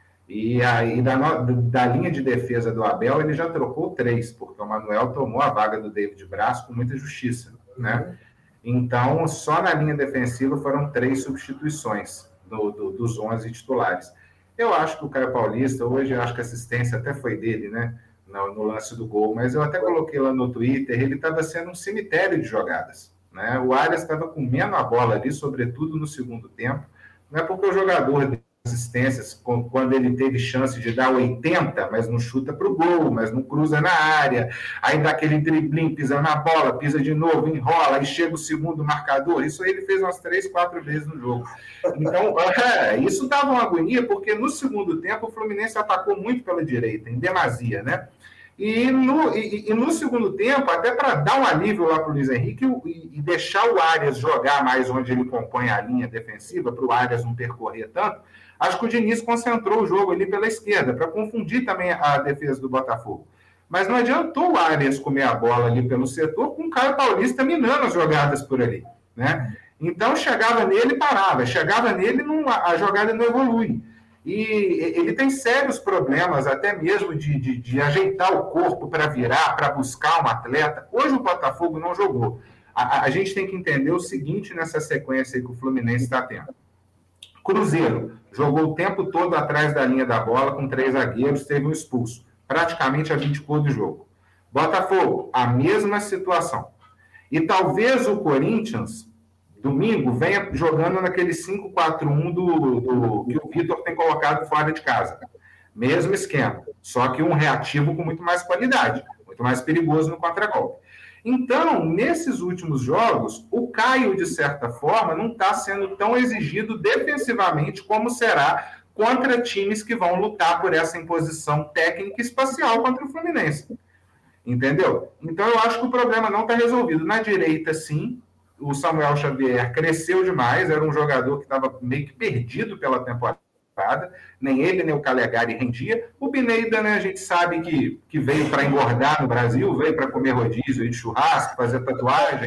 E aí, da, da linha de defesa do Abel, ele já trocou três, porque o Manuel tomou a vaga do David Braz com muita justiça, né? Então, só na linha defensiva foram três substituições do, do, dos onze titulares. Eu acho que o Caio Paulista, hoje eu acho que a assistência até foi dele, né? No, no lance do gol, mas eu até coloquei lá no Twitter, ele estava sendo um cemitério de jogadas, né? O Arias estava comendo a bola ali, sobretudo no segundo tempo, não é porque o jogador assistências, quando ele teve chance de dar oitenta, mas não chuta para o gol, mas não cruza na área, aí dá aquele driblinho, pisa na bola, pisa de novo, enrola, aí chega o segundo marcador. Isso aí ele fez umas três, quatro vezes no jogo. Então, é, isso dava uma agonia, porque no segundo tempo o Fluminense atacou muito pela direita, em demasia, né? E no, e, e no segundo tempo, até para dar um alívio lá para o Luiz Henrique e, e deixar o Arias jogar mais onde ele compõe a linha defensiva, para o Arias não percorrer tanto, acho que o Diniz concentrou o jogo ali pela esquerda, para confundir também a defesa do Botafogo. Mas não adiantou o Arias comer a bola ali pelo setor, com o Caio Paulista minando as jogadas por ali, né? Então, chegava nele e parava. Chegava nele, não, a jogada não evolui. E ele tem sérios problemas, até mesmo de, de, de ajeitar o corpo para virar, para buscar um atleta. Hoje o Botafogo não jogou. A, a gente tem que entender o seguinte nessa sequência que o Fluminense está tendo. Cruzeiro jogou o tempo todo atrás da linha da bola com três zagueiros, teve um expulso. Praticamente a vinte por do jogo. Botafogo, a mesma situação. E talvez o Corinthians, domingo, venha jogando naquele cinco quatro um do, do, que o Vitor tem colocado fora de casa. Mesmo esquema, só que um reativo com muito mais qualidade, muito mais perigoso no contragolpe. Então, nesses últimos jogos, o Caio, de certa forma, não está sendo tão exigido defensivamente como será contra times que vão lutar por essa imposição técnica e espacial contra o Fluminense. Entendeu? Então, eu acho que o problema não está resolvido. Na direita, sim, o Samuel Xavier cresceu demais, era um jogador que estava meio que perdido pela temporada, nem ele nem o Calegari rendia. O Pineda, né, a gente sabe que, que veio para engordar no Brasil, veio para comer rodízio de churrasco, fazer tatuagem,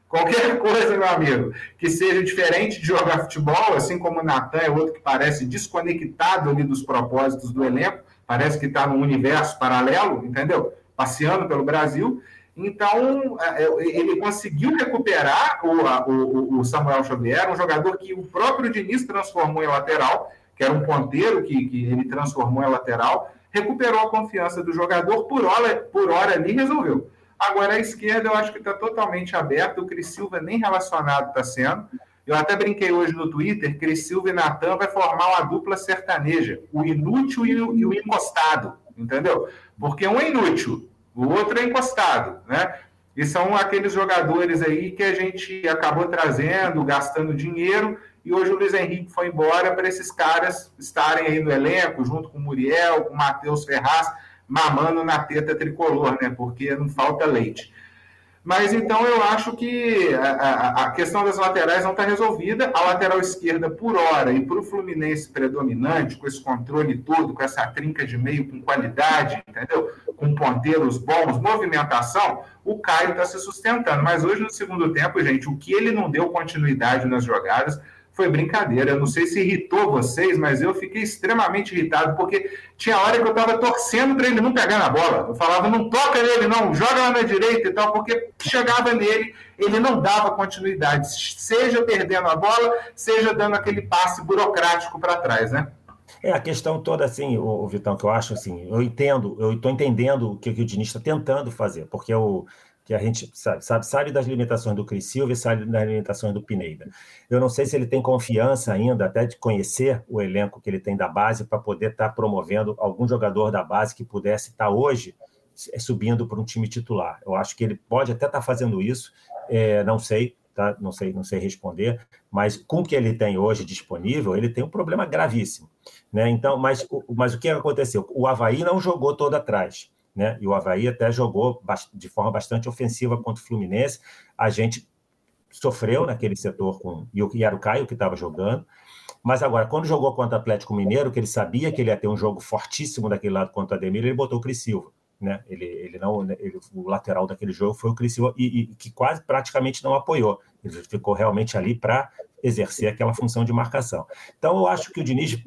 Qualquer coisa, meu amigo, que seja diferente de jogar futebol, assim como o Natan é outro que parece desconectado ali dos propósitos do elenco, parece que está num universo paralelo, entendeu? Passeando pelo Brasil. Então, ele conseguiu recuperar o, o, o Samuel Xavier, um jogador que o próprio Diniz transformou em lateral, que era um ponteiro que, que ele transformou em lateral, recuperou a confiança do jogador, por hora, por hora ali resolveu. Agora, a esquerda, eu acho que está totalmente aberto. O Cris Silva nem relacionado está sendo. Eu até brinquei hoje no Twitter, Cris Silva e Natan vai formar uma dupla sertaneja. O inútil e o, e o encostado, entendeu? Porque um é inútil, o outro é encostado, né? E são aqueles jogadores aí que a gente acabou trazendo, gastando dinheiro, e hoje o Luiz Henrique foi embora para esses caras estarem aí no elenco, junto com o Muriel, com o Matheus Ferraz, mamando na teta tricolor, né? Porque não falta leite. Mas então eu acho que a, a questão das laterais não está resolvida. A lateral esquerda, por hora, e para o Fluminense predominante, com esse controle todo, com essa trinca de meio com qualidade, entendeu? Com ponteiros bons, movimentação, o Caio está se sustentando. Mas hoje, no segundo tempo, gente, o que ele não deu continuidade nas jogadas foi brincadeira. Eu não sei se irritou vocês, mas eu fiquei extremamente irritado, porque tinha hora que eu estava torcendo para ele não pegar na bola. Eu falava, não toca nele não, joga lá na direita e tal, porque chegava nele, ele não dava continuidade, seja perdendo a bola, seja dando aquele passe burocrático para trás, né? É, a questão toda, assim, o, o Vitão, que eu acho, assim, eu entendo, eu estou entendendo o que, que o Diniz está tentando fazer, porque o que a gente sabe, sabe, sabe das limitações do Cris Silva e sabe das limitações do Pineda. Eu não sei se ele tem confiança ainda, até de conhecer o elenco que ele tem da base, para poder estar tá promovendo algum jogador da base que pudesse estar tá hoje subindo para um time titular. Eu acho que ele pode até estar tá fazendo isso, é, não sei, tá? não sei, não sei responder, mas com o que ele tem hoje disponível, ele tem um problema gravíssimo, né? Então, mas, mas o que aconteceu? O Avaí não jogou todo atrás, né? E o Avaí até jogou de forma bastante ofensiva contra o Fluminense. A gente sofreu naquele setor, com, e era o Caio que estava jogando, mas agora, quando jogou contra o Atlético Mineiro, que ele sabia que ele ia ter um jogo fortíssimo daquele lado contra o Ademir, ele botou o Cris Silva, né? Ele, ele não, ele, o lateral daquele jogo foi o Cris Silva, e, e que quase praticamente não apoiou. Ele ficou realmente ali para exercer aquela função de marcação. Então, eu acho que o Diniz,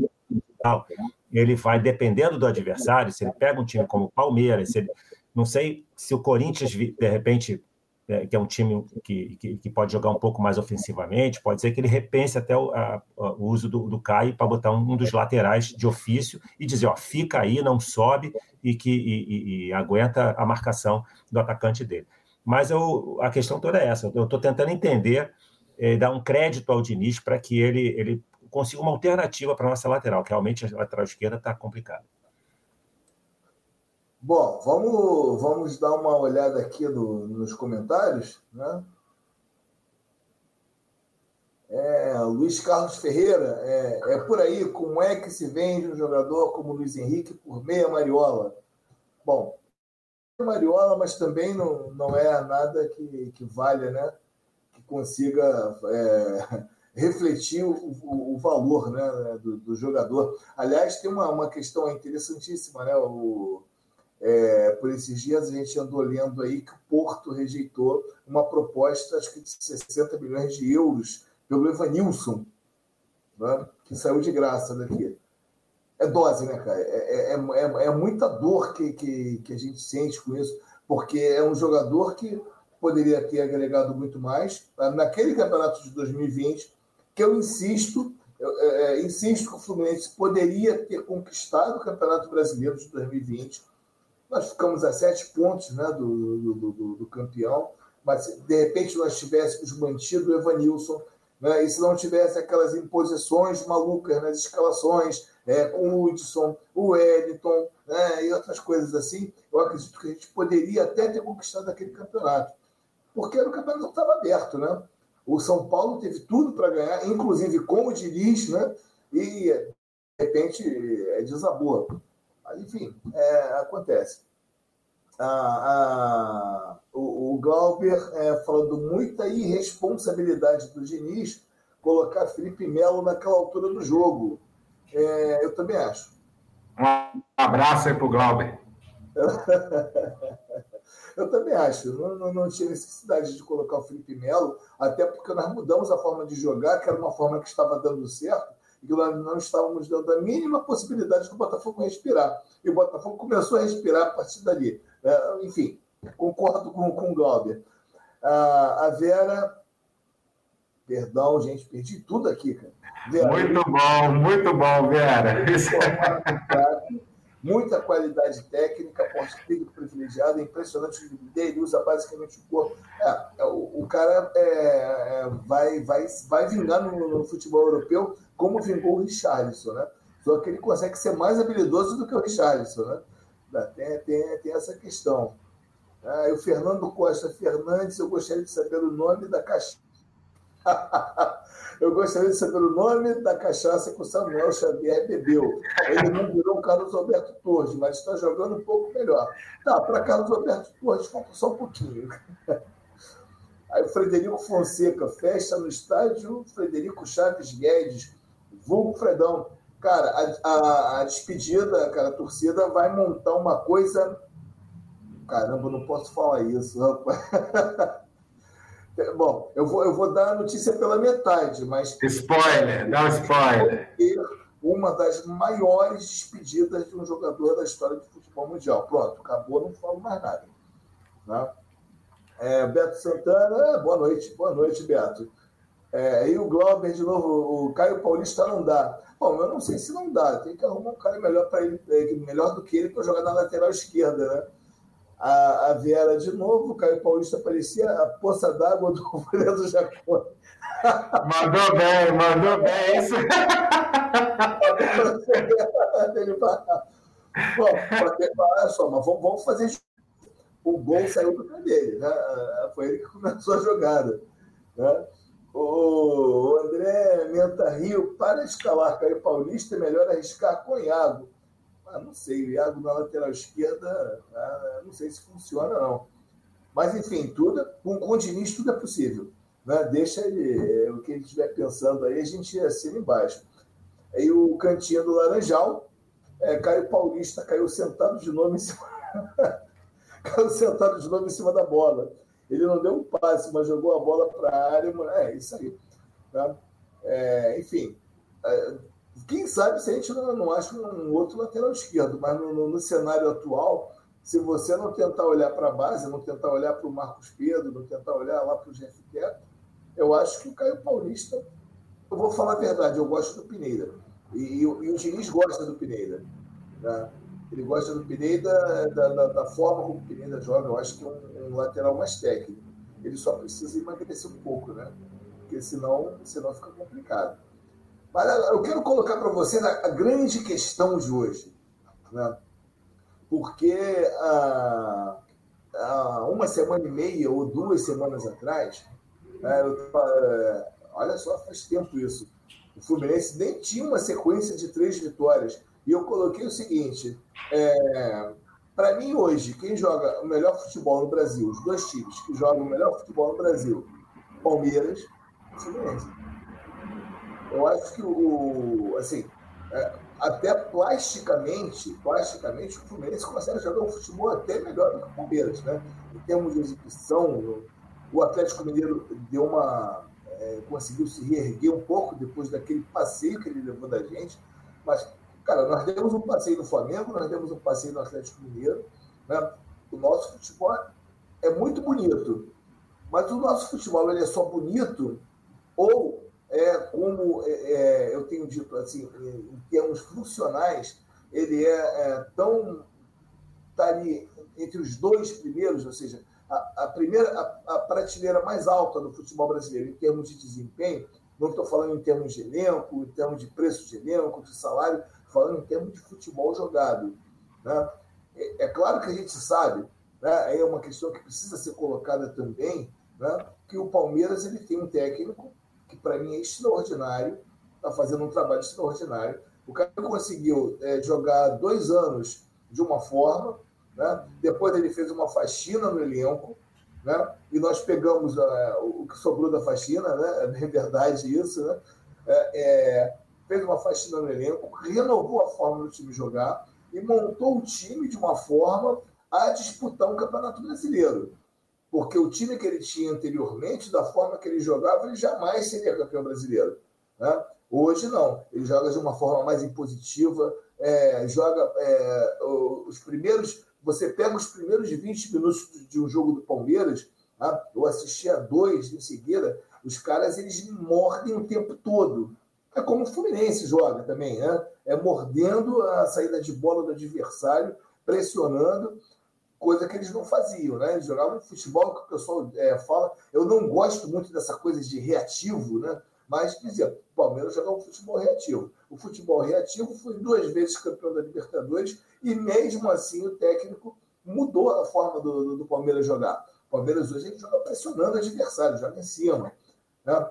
ele vai, dependendo do adversário, se ele pega um time como o Palmeiras, se ele, não sei se o Corinthians, de repente, é, que é um time que, que, que pode jogar um pouco mais ofensivamente, pode ser que ele repense até o, a, o uso do, do Caio para botar um, um dos laterais de ofício e dizer, ó, fica aí, não sobe e, que, e, e, e aguenta a marcação do atacante dele. Mas eu, a questão toda é essa, eu estou tentando entender, é, dar um crédito ao Diniz para que ele, ele consiga uma alternativa para a nossa lateral, que realmente a lateral esquerda está complicada. Bom, vamos, vamos dar uma olhada aqui no, nos comentários, né? É, Luiz Carlos Ferreira, é, é por aí, como é que se vende um jogador como Luiz Henrique por meia mariola? Bom, mariola, mas também não, não é nada que, que valha, né? Que consiga é, refletir o, o, o valor, né, do, do jogador. Aliás, tem uma, uma questão interessantíssima, né? O, é, por esses dias a gente andou lendo aí que o Porto rejeitou uma proposta, acho que de sessenta milhões de euros pelo Evanilson, né, que saiu de graça daqui. É dose, né, cara? É, é, é, é muita dor que, que, que a gente sente com isso, porque é um jogador que poderia ter agregado muito mais. Naquele campeonato de dois mil e vinte, que eu insisto, eu, é, insisto que o Fluminense poderia ter conquistado o Campeonato Brasileiro de dois mil e vinte. Nós ficamos a sete pontos, né, do, do, do, do campeão, mas se de repente nós tivéssemos mantido o Evanilson, né, e se não tivesse aquelas imposições malucas nas escalações, é, com o Hudson, o Wellington, né, e outras coisas assim, eu acredito que a gente poderia até ter conquistado aquele campeonato. Porque era o campeonato que estava aberto, né? O São Paulo teve tudo para ganhar, inclusive com o Diniz, né? E, de repente, desabou. Mas, enfim, é, acontece. Ah, ah, o, o Glauber é, falando muita irresponsabilidade do Diniz colocar Felipe Melo naquela altura do jogo. É, eu também acho. Um abraço aí pro Glauber. Eu também acho. Não, não, não tinha necessidade de colocar o Felipe Melo, até porque nós mudamos a forma de jogar, que era uma forma que estava dando certo, e que nós não estávamos dando a mínima possibilidade do Botafogo respirar. E o Botafogo começou a respirar a partir dali. É, enfim, concordo com, com o Glauber. A, a Vera... Perdão, gente, perdi tudo aqui, cara. Vera, muito bom, muito bom, Vera. Muita qualidade técnica, porte físico privilegiado, é impressionante o nível dele, usa basicamente o corpo. É, é, o, o cara é, é, vai, vai, vai vingar no, no futebol europeu como vingou o Richarlison, né? Só que ele consegue ser mais habilidoso do que o Richarlison, né? Tem, tem, tem essa questão. Ah, e o Fernando Costa Fernandes, eu gostaria de saber o nome da cachaça. Eu gostaria de saber o nome da cachaça que o Samuel Xavier bebeu. Ele não virou o Carlos Alberto Torres, mas está jogando um pouco melhor. Tá, para Carlos Alberto Torres, falta só um pouquinho. Aí o Frederico Fonseca, festa no estádio Frederico Chaves Guedes, vulgo Fredão. Cara, a, a, a despedida, cara, a torcida vai montar uma coisa... Caramba, não posso falar isso, rapaz. Bom, eu vou, eu vou dar a notícia pela metade, mas... Spoiler, dá um spoiler. Uma das maiores despedidas de um jogador da história do futebol mundial. Pronto, acabou, não falo mais nada. Né? É, Beto Santana, boa noite, boa noite, Beto. É, e o Glauber, de novo, o Caio Paulista não dá. Bom, eu não sei se não dá, tem que arrumar um cara melhor para ele, melhor do que ele para jogar na lateral esquerda, né? A, a Vera de novo, o Caio Paulista parecia a poça d'água do Alfredo Jacó. Mandou bem, mandou bem isso. Bom, olha só, mas vamos, vamos fazer. O gol saiu do pé dele, né? Foi ele que começou a jogada. Né? O André Menta Rio, para escalar Caio Paulista, é melhor arriscar com Iago. Ah, não sei, o Iago na lateral esquerda, ah, não sei se funciona, não. Mas, enfim, tudo, com, com o Diniz tudo é possível. Né? Deixa ele, o que ele estiver pensando aí, a gente assina embaixo. Aí o cantinho do Laranjal, é, Caio Paulista caiu sentado de novo em cima... caiu sentado de novo em cima da bola. Ele não deu um passe, mas jogou a bola para a área. É, isso aí. Né? É, enfim... É, quem sabe se a gente não, não acha um outro lateral esquerdo, mas no, no, no cenário atual, se você não tentar olhar para a base, não tentar olhar para o Marcos Pedro, não tentar olhar lá para o Jeff Teto, eu acho que o Caio Paulista, eu vou falar a verdade, eu gosto do Pineda. E, e, e o Diniz gosta do Pineda. Né? Ele gosta do Pineda, da, da, da forma como o Pineda joga, eu acho que é um, um lateral mais técnico. Ele só precisa emagrecer um pouco, né? Porque senão, senão fica complicado. Mas eu quero colocar para você a grande questão de hoje, né? Porque há, há uma semana e meia ou duas semanas atrás, né, eu, olha só, faz tempo isso, o Fluminense nem tinha uma sequência de três vitórias, e eu coloquei o seguinte, é, para mim hoje, quem joga o melhor futebol no Brasil, os dois times que jogam o melhor futebol no Brasil, Palmeiras e Fluminense. Eu acho que o, assim, é, até plasticamente, plasticamente, o Fluminense consegue jogar um futebol até melhor do que o Palmeiras, né? Em termos de exibição, o Atlético Mineiro deu uma, é, conseguiu se reerguer um pouco depois daquele passeio que ele levou da gente, mas, cara, nós demos um passeio no Flamengo, nós demos um passeio no Atlético Mineiro, né? O nosso futebol é muito bonito, mas o nosso futebol ele é só bonito ou é como é, eu tenho dito, assim, em termos funcionais, ele é, é tão... está ali entre os dois primeiros, ou seja, a, a primeira, a, a prateleira mais alta do futebol brasileiro em termos de desempenho, não estou falando em termos de elenco, em termos de preço de elenco, de salário, falando em termos de futebol jogado. Né? É, é claro que a gente sabe, né, é uma questão que precisa ser colocada também, né, que o Palmeiras ele tem um técnico que para mim é extraordinário, está fazendo um trabalho extraordinário. O cara conseguiu é, jogar dois anos de uma forma, né? Depois ele fez uma faxina no elenco, né? E nós pegamos uh, o que sobrou da faxina, né? É bem verdade isso, né? É, é, fez uma faxina no elenco, renovou a forma do time jogar e montou o time de uma forma a disputar um Campeonato Brasileiro. Porque o time que ele tinha anteriormente, da forma que ele jogava, ele jamais seria campeão brasileiro. Né? Hoje, não. Ele joga de uma forma mais impositiva, é, joga é, os primeiros... Você pega os primeiros vinte minutos de um jogo do Palmeiras, tá? Eu assisti a dois em seguida, os caras eles mordem o tempo todo. É como o Fluminense joga também, né? É mordendo a saída de bola do adversário, pressionando, coisa que eles não faziam, né? Eles jogavam futebol que o pessoal é, fala. Eu não gosto muito dessa coisa de reativo, né? Mas dizia, o Palmeiras jogava um futebol reativo. O futebol reativo foi duas vezes campeão da Libertadores e mesmo assim o técnico mudou a forma do, do, do Palmeiras jogar. O Palmeiras hoje ele joga pressionando o adversário, joga em cima. Né?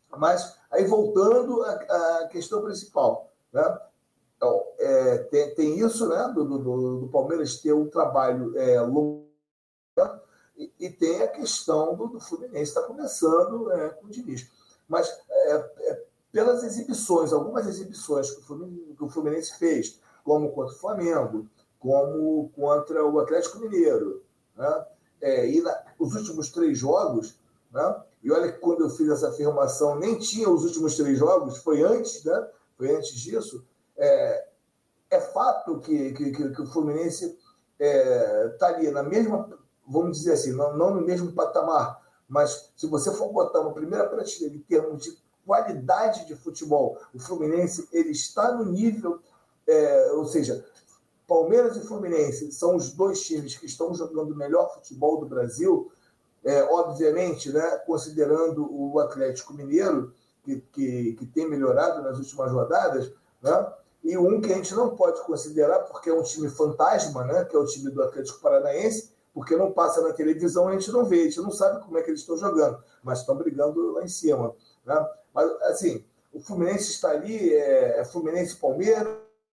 Mas aí voltando à, à questão principal, né? Então, é, tem, tem isso, né? Do, do, do Palmeiras ter um trabalho é, longo, né? e, e tem a questão do, do Fluminense está começando é, com o Diniz. Mas é, é, pelas exibições, algumas exibições que o, Fluminense, que o Fluminense fez, como contra o Flamengo, como contra o Atlético Mineiro, né? É, e na, os últimos três jogos, né? E olha que quando eu fiz essa afirmação, nem tinha os últimos três jogos, foi antes, né? Foi antes disso. É, é fato que, que, que o Fluminense está é, tá ali na mesma, vamos dizer assim, não, não no mesmo patamar, mas se você for botar uma primeira prateleira em termos de qualidade de futebol, o Fluminense ele está no nível, é, ou seja, Palmeiras e Fluminense são os dois times que estão jogando o melhor futebol do Brasil, é, obviamente, né, considerando o Atlético Mineiro, que, que, que tem melhorado nas últimas rodadas, né, e um que a gente não pode considerar porque é um time fantasma, né, que é o time do Atlético Paranaense, porque não passa na televisão, a gente não vê, a gente não sabe como é que eles estão jogando, mas estão brigando lá em cima. Né? Mas, assim, o Fluminense está ali, é, é Fluminense e Palmeiras,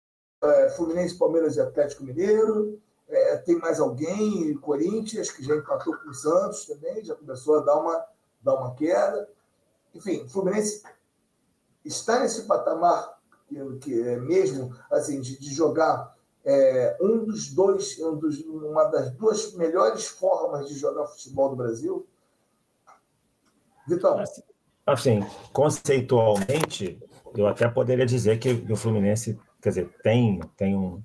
é Fluminense, Palmeiras e Atlético Mineiro, é, tem mais alguém, Corinthians, que já empatou com o Santos também, já começou a dar uma, dar uma queda. Enfim, o Fluminense está nesse patamar que, que é mesmo, assim, de, de jogar... É, um dos dois, um dos, uma das duas melhores formas de jogar futebol do Brasil. Vitão. Assim, assim, conceitualmente, eu até poderia dizer que o Fluminense, quer dizer, tem, tem um,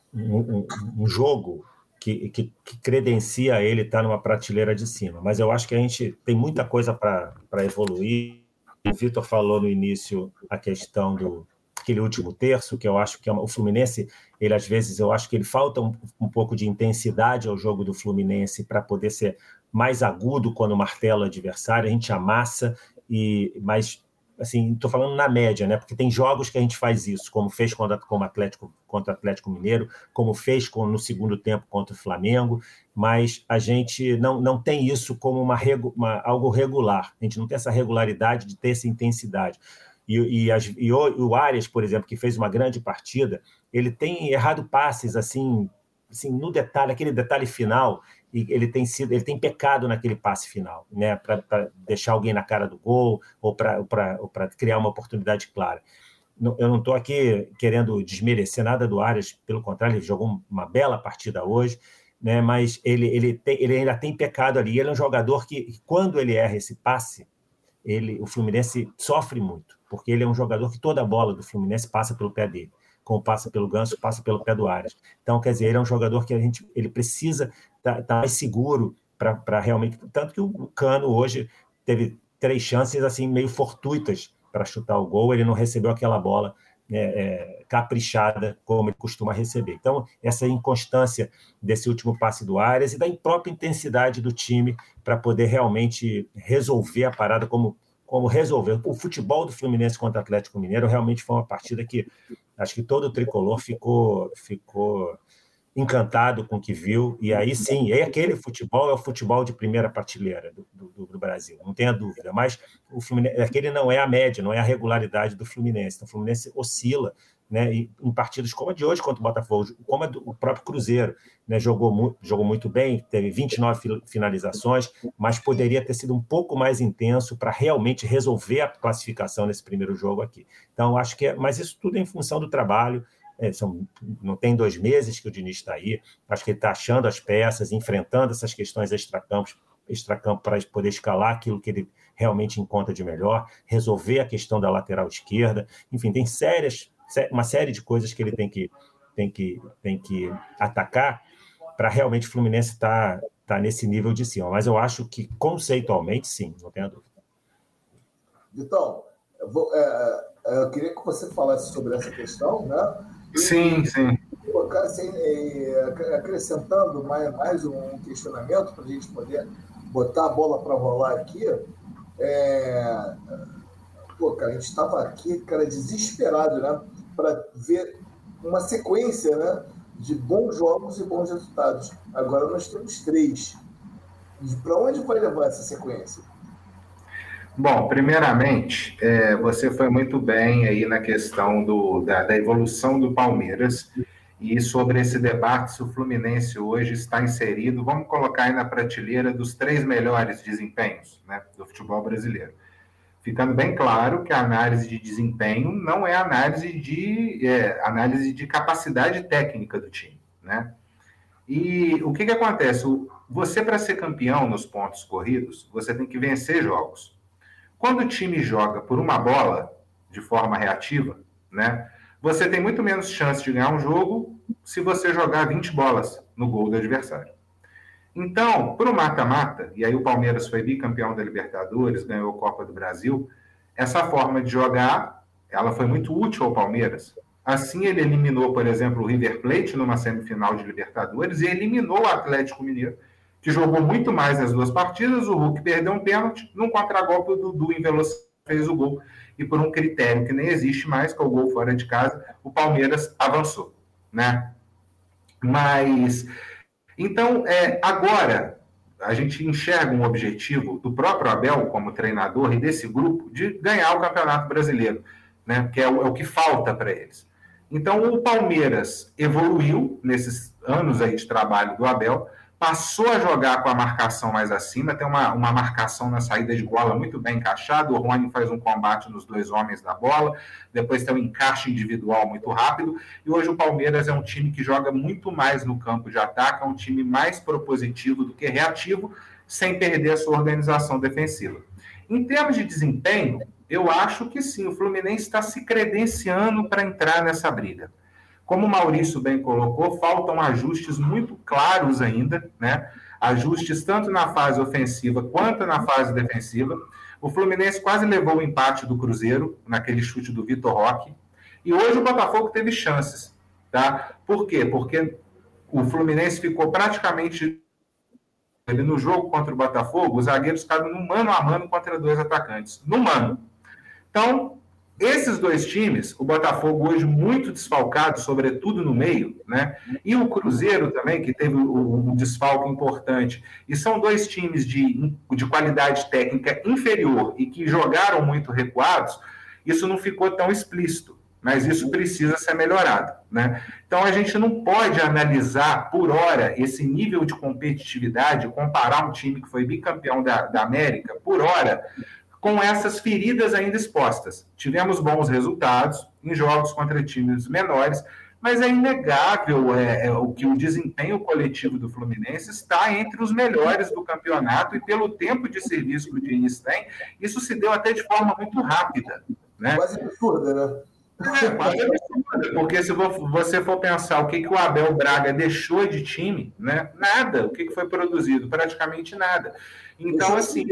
um, um jogo que, que, que credencia ele estar numa prateleira de cima, mas eu acho que a gente tem muita coisa para evoluir. O Vitor falou no início a questão do aquele último terço, que eu acho que é uma, o Fluminense, ele às vezes, eu acho que ele falta um, um pouco de intensidade ao jogo do Fluminense para poder ser mais agudo quando martela o adversário, a gente amassa, e, mas, assim, estou falando na média, né, porque tem jogos que a gente faz isso, como fez contra, como Atlético, contra o Atlético Mineiro, como fez com, no segundo tempo contra o Flamengo, mas a gente não, não tem isso como uma, uma, algo regular, a gente não tem essa regularidade de ter essa intensidade. E, e, as, e o, o Arias, por exemplo, que fez uma grande partida, ele tem errado passes assim, assim no detalhe, aquele detalhe final, e ele tem sido, ele tem pecado naquele passe final, né, para deixar alguém na cara do gol ou para criar uma oportunidade clara. Eu não estou aqui querendo desmerecer nada do Arias, pelo contrário, ele jogou uma bela partida hoje, né, mas ele, ele, tem, ele ainda tem pecado ali. Ele é um jogador que, quando ele erra esse passe, ele, o Fluminense sofre muito, porque ele é um jogador que toda a bola do Fluminense passa pelo pé dele, como passa pelo Ganso, passa pelo pé do Arias. Então, quer dizer, ele é um jogador que a gente, ele precisa estar tá, tá mais seguro para realmente... Tanto que o Cano hoje teve três chances assim meio fortuitas para chutar o gol, ele não recebeu aquela bola, né, é, caprichada como ele costuma receber. Então, essa inconstância desse último passe do Arias e da própria intensidade do time para poder realmente resolver a parada como, como resolver. O futebol do Fluminense contra o Atlético Mineiro realmente foi uma partida que acho que todo o tricolor ficou, ficou encantado com o que viu, e aí sim, e aquele futebol é o futebol de primeira prateleira do, do, do Brasil, não tenha dúvida, mas o Fluminense, aquele não é a média, não é a regularidade do Fluminense, então o Fluminense oscila, né, e, em partidas como a de hoje contra o Botafogo, como a do, o próprio Cruzeiro, né, jogou, mu jogou muito bem, teve vinte e nove finalizações, mas poderia ter sido um pouco mais intenso para realmente resolver a classificação nesse primeiro jogo aqui. Então, acho que é, mas isso tudo é em função do trabalho. é, são, não tem dois meses que o Diniz está aí, acho que ele está achando as peças, enfrentando essas questões extracampos, extracampo para poder escalar aquilo que ele realmente encontra de melhor, resolver a questão da lateral esquerda, enfim, tem sérias, uma série de coisas que ele tem que, tem que, tem que atacar para realmente o Fluminense estar tá, tá nesse nível de cima. Mas eu acho que, conceitualmente, sim, não tenho dúvida. Vitão, eu, vou, é, eu queria que você falasse sobre essa questão, né? E, sim, sim. Assim, acrescentando mais, mais um questionamento para a gente poder botar a bola para rolar aqui. É... Pô, cara, a gente estava aqui, cara, desesperado, né? Para ver uma sequência, né, de bons jogos e bons resultados. Agora nós temos três. Para onde vai levar essa sequência? Bom, primeiramente, é, você foi muito bem aí na questão do, da, da evolução do Palmeiras e sobre esse debate se o Fluminense hoje está inserido, vamos colocar aí na prateleira dos três melhores desempenhos, né, do futebol brasileiro. Ficando bem claro que a análise de desempenho não é análise de, é, análise de capacidade técnica do time, né? E o que, que acontece? Você, para ser campeão nos pontos corridos, você tem que vencer jogos. Quando o time joga por uma bola, de forma reativa, né, você tem muito menos chance de ganhar um jogo se você jogar vinte bolas no gol do adversário. Então, para o mata-mata, e aí o Palmeiras foi bicampeão da Libertadores, ganhou a Copa do Brasil, essa forma de jogar, ela foi muito útil ao Palmeiras. Assim, ele eliminou, por exemplo, o River Plate numa semifinal de Libertadores e eliminou o Atlético Mineiro, que jogou muito mais nas duas partidas. O Hulk perdeu um pênalti, num contragolpe, o Dudu em velocidade fez o gol. E por um critério que nem existe mais, que é o gol fora de casa, o Palmeiras avançou, né? Mas... Então, é, agora, a gente enxerga um objetivo do próprio Abel, como treinador, e desse grupo, de ganhar o Campeonato Brasileiro, né? Que é o, é o que falta para eles. Então, o Palmeiras evoluiu nesses anos aí de trabalho do Abel, passou a jogar com a marcação mais acima, tem uma, uma marcação na saída de bola muito bem encaixada, o Rony faz um combate nos dois homens da bola, depois tem um encaixe individual muito rápido, e hoje o Palmeiras é um time que joga muito mais no campo de ataque, é um time mais propositivo do que reativo, sem perder a sua organização defensiva. Em termos de desempenho, eu acho que sim, o Fluminense está se credenciando para entrar nessa briga. Como o Maurício bem colocou, faltam ajustes muito claros ainda, né? Ajustes tanto na fase ofensiva quanto na fase defensiva. O Fluminense quase levou o empate do Cruzeiro, naquele chute do Vitor Roque. E hoje o Botafogo teve chances, tá? Por quê? Porque o Fluminense ficou praticamente... Ele, no jogo contra o Botafogo, os zagueiros ficaram no mano a mano contra dois atacantes. No mano. Então... Esses dois times, o Botafogo hoje muito desfalcado, sobretudo no meio, né? E o Cruzeiro também, que teve um desfalque importante. E são dois times de, de qualidade técnica inferior e que jogaram muito recuados. Isso não ficou tão explícito, mas isso precisa ser melhorado, né? Então a gente não pode analisar por hora esse nível de competitividade, comparar um time que foi bicampeão da, da América por hora, com essas feridas ainda expostas. Tivemos bons resultados em jogos contra times menores, mas é inegável é, é, o que o desempenho coletivo do Fluminense está entre os melhores do campeonato, e pelo tempo de serviço que o Diniz tem, isso se deu até de forma muito rápida, né? Quase absurda, né? É, quase absurda, porque se você for pensar o que, que o Abel Braga deixou de time, né? Nada. O que, que foi produzido? Praticamente nada. Então, assim...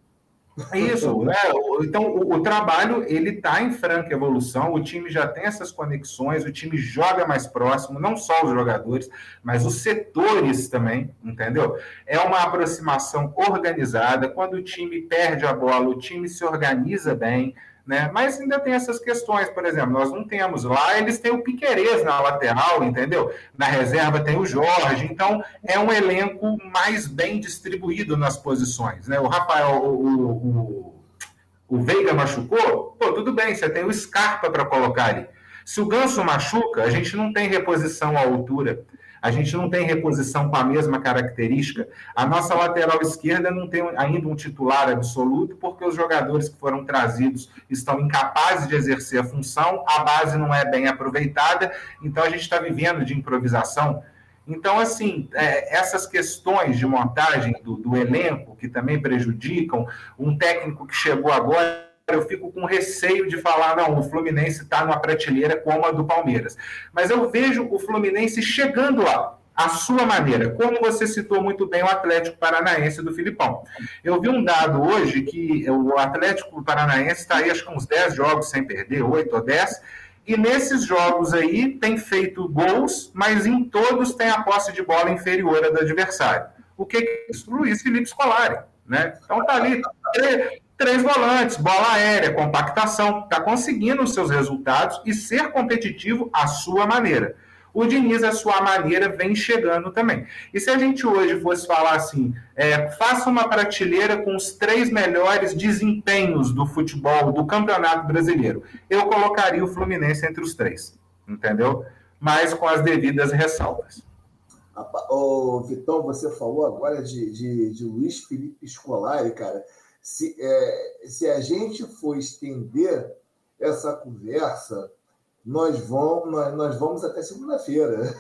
Isso, né? Então o, o trabalho ele está em franca evolução, o time já tem essas conexões, o time joga mais próximo, não só os jogadores, mas os setores também, entendeu? É uma aproximação organizada, quando o time perde a bola, o time se organiza bem, né? Mas ainda tem essas questões, por exemplo, nós não temos lá, eles têm o Piquerez na lateral, entendeu? Na reserva tem o Jorge, então é um elenco mais bem distribuído nas posições, né? O Rafael, o, o, o Veiga machucou, pô, tudo bem, você tem o Scarpa para colocar ali. Se o Ganso machuca, a gente não tem reposição à altura. A gente não tem reposição com a mesma característica. A nossa lateral esquerda não tem ainda um titular absoluto, porque os jogadores que foram trazidos estão incapazes de exercer a função, a base não é bem aproveitada, então a gente está vivendo de improvisação. Então, assim, é, essas questões de montagem do, do elenco, que também prejudicam, um técnico que chegou agora, eu fico com receio de falar, não, o Fluminense está numa prateleira como a do Palmeiras. Mas eu vejo o Fluminense chegando lá, à sua maneira, como você citou muito bem o Atlético Paranaense do Filipão. Eu vi um dado hoje que o Atlético Paranaense está aí, acho que uns dez jogos sem perder, oito ou dez, e nesses jogos aí tem feito gols, mas em todos tem a posse de bola inferior à do adversário. O que é isso? Luiz Felipe Scolari, né? Então tá ali, três, três volantes, bola aérea, compactação, tá conseguindo os seus resultados e ser competitivo à sua maneira. O Diniz, à sua maneira, vem chegando também. E se a gente hoje fosse falar assim, é, faça uma prateleira com os três melhores desempenhos do futebol, do Campeonato Brasileiro, eu colocaria o Fluminense entre os três, entendeu? Mas com as devidas ressalvas. Ô, Vitão, você falou agora de, de, de Luiz Felipe Scolari, cara. Se, é, se a gente for estender essa conversa, nós vamos, nós, nós vamos até segunda-feira.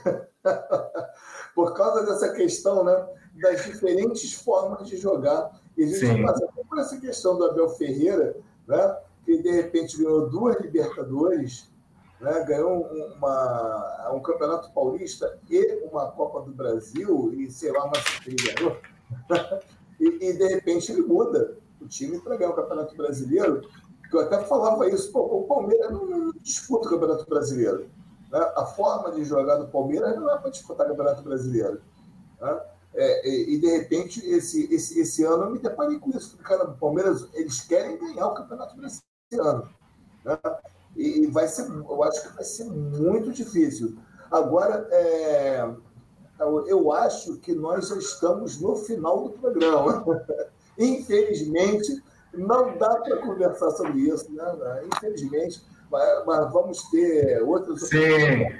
Por causa dessa questão, né, das diferentes formas de jogar. E a gente Sim. passa por essa questão do Abel Ferreira, né, que de repente ganhou duas Libertadores, né, ganhou uma, um Campeonato Paulista e uma Copa do Brasil, e sei lá mais o que ele ganhou. e, e de repente ele muda o time para ganhar o Campeonato Brasileiro. Que eu até falava isso, pô, o Palmeiras não, não disputa o Campeonato Brasileiro. Né? A forma de jogar do Palmeiras não é para disputar o Campeonato Brasileiro. Né? É, e, e, de repente, esse, esse, esse ano eu me deparei com isso. Cara, o Palmeiras, eles querem ganhar o Campeonato Brasileiro esse ano. Né? E vai ser, eu acho que vai ser muito difícil. Agora, é, eu acho que nós já estamos no final do programa. Infelizmente, não dá para conversar sobre isso, né? Infelizmente, mas, mas vamos ter outras oportunidades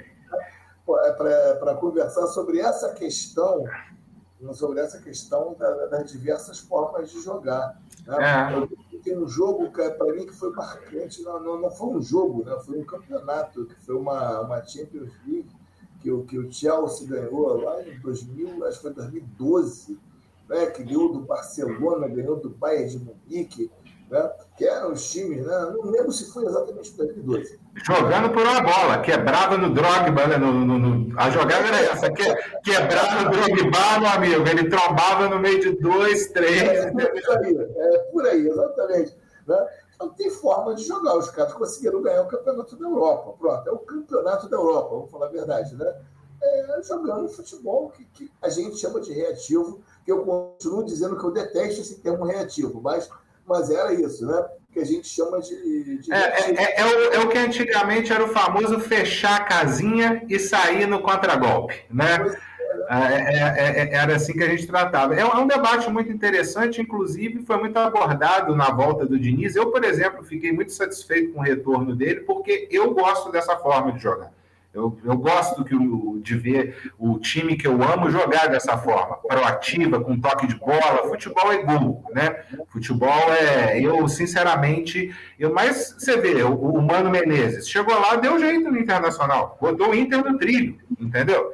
para conversar sobre essa questão, sobre essa questão da, das diversas formas de jogar. Né? É. Tem um jogo, para mim, que foi marcante, não, não, não foi um jogo, né? Foi um campeonato, que foi uma, uma Champions League que o, que o Chelsea ganhou lá em dois mil, acho que foi dois mil e doze, né, que ganhou do Barcelona, ganhou do Bayern de Munique, né, que eram os times, né, não lembro se foi exatamente em dois mil e doze. Jogando por uma bola, quebrava no Drogba, né, no, no, no, a jogada era essa, que, quebrava no Drogba, meu amigo, ele trombava no meio de dois, três... É, é por aí, é por aí, exatamente. Né? Então tem forma de jogar, os caras conseguiram ganhar o Campeonato da Europa, pronto, é o Campeonato da Europa, vamos falar a verdade, né? É, jogando futebol que, que a gente chama de reativo, que eu continuo dizendo que eu detesto esse termo reativo, mas, mas era isso, né? Que a gente chama de... de é, é, é, o, é o que antigamente era o famoso fechar a casinha e sair no contragolpe, né? É, é, é, era assim que a gente tratava. É um debate muito interessante, inclusive foi muito abordado na volta do Diniz. Eu, por exemplo, fiquei muito satisfeito com o retorno dele, porque eu gosto dessa forma de jogar. Eu, eu gosto que o, de ver o time que eu amo jogar dessa forma, proativa, com toque de bola. Futebol é gol, né? Futebol é... Eu, sinceramente... Eu, mas você vê, o, o Mano Menezes chegou lá, deu jeito no Internacional. Botou o Inter no trilho, entendeu?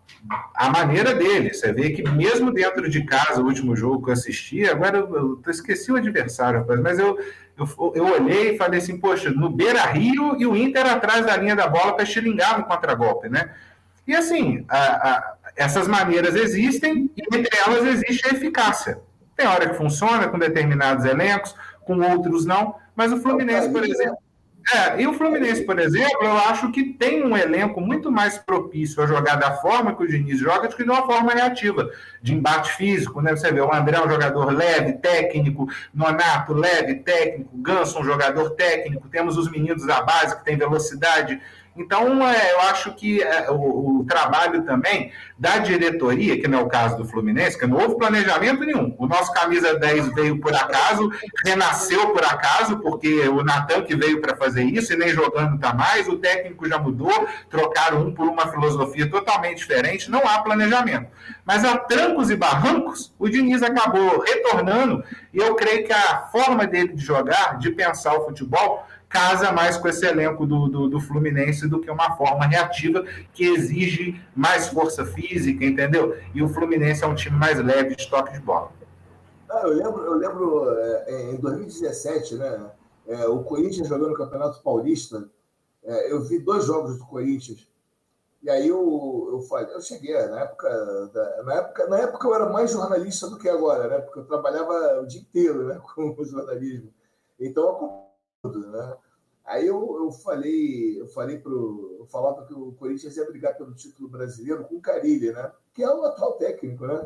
A maneira dele. Você vê que mesmo dentro de casa, o último jogo que eu assisti, agora eu, eu, eu esqueci o adversário, mas eu... Eu, eu olhei e falei assim, poxa, no Beira-Rio e o Inter atrás da linha da bola para estilingar no contragolpe, né? E assim, a, a, essas maneiras existem e entre elas existe a eficácia. Tem hora que funciona com determinados elencos, com outros não, mas o Fluminense, por exemplo... É, e o Fluminense, por exemplo, eu acho que tem um elenco muito mais propício a jogar da forma que o Diniz joga do que de uma forma reativa, de embate físico, né? Você vê, o André é um jogador leve, técnico, Nonato leve, técnico, Ganso um jogador técnico, temos os meninos da base que tem velocidade, Então, é, eu acho que é, o, o trabalho também da diretoria, que não é o caso do Fluminense, que não houve planejamento nenhum. O nosso camisa dez veio por acaso, renasceu por acaso, porque o Natan que veio para fazer isso e nem jogando está mais, o técnico já mudou, trocaram um por uma filosofia totalmente diferente, não há planejamento. Mas a trancos e barrancos, o Diniz acabou retornando, e eu creio que a forma dele de jogar, de pensar o futebol, casa mais com esse elenco do, do, do Fluminense do que uma forma reativa que exige mais força física, entendeu? E o Fluminense é um time mais leve de toque de bola. Ah, eu lembro, eu lembro é, em dois mil e dezessete, né, é, o Corinthians jogando no Campeonato Paulista, é, eu vi dois jogos do Corinthians, e aí eu, eu falei, eu cheguei, na época, da, na época, na época eu era mais jornalista do que agora, né, porque eu trabalhava o dia inteiro, né, com o jornalismo. Então, eu tudo, né? Aí eu, eu falei, eu falei pro, eu falava que o Corinthians ia brigar pelo título brasileiro com o Carille, né? Que é o atual técnico, né?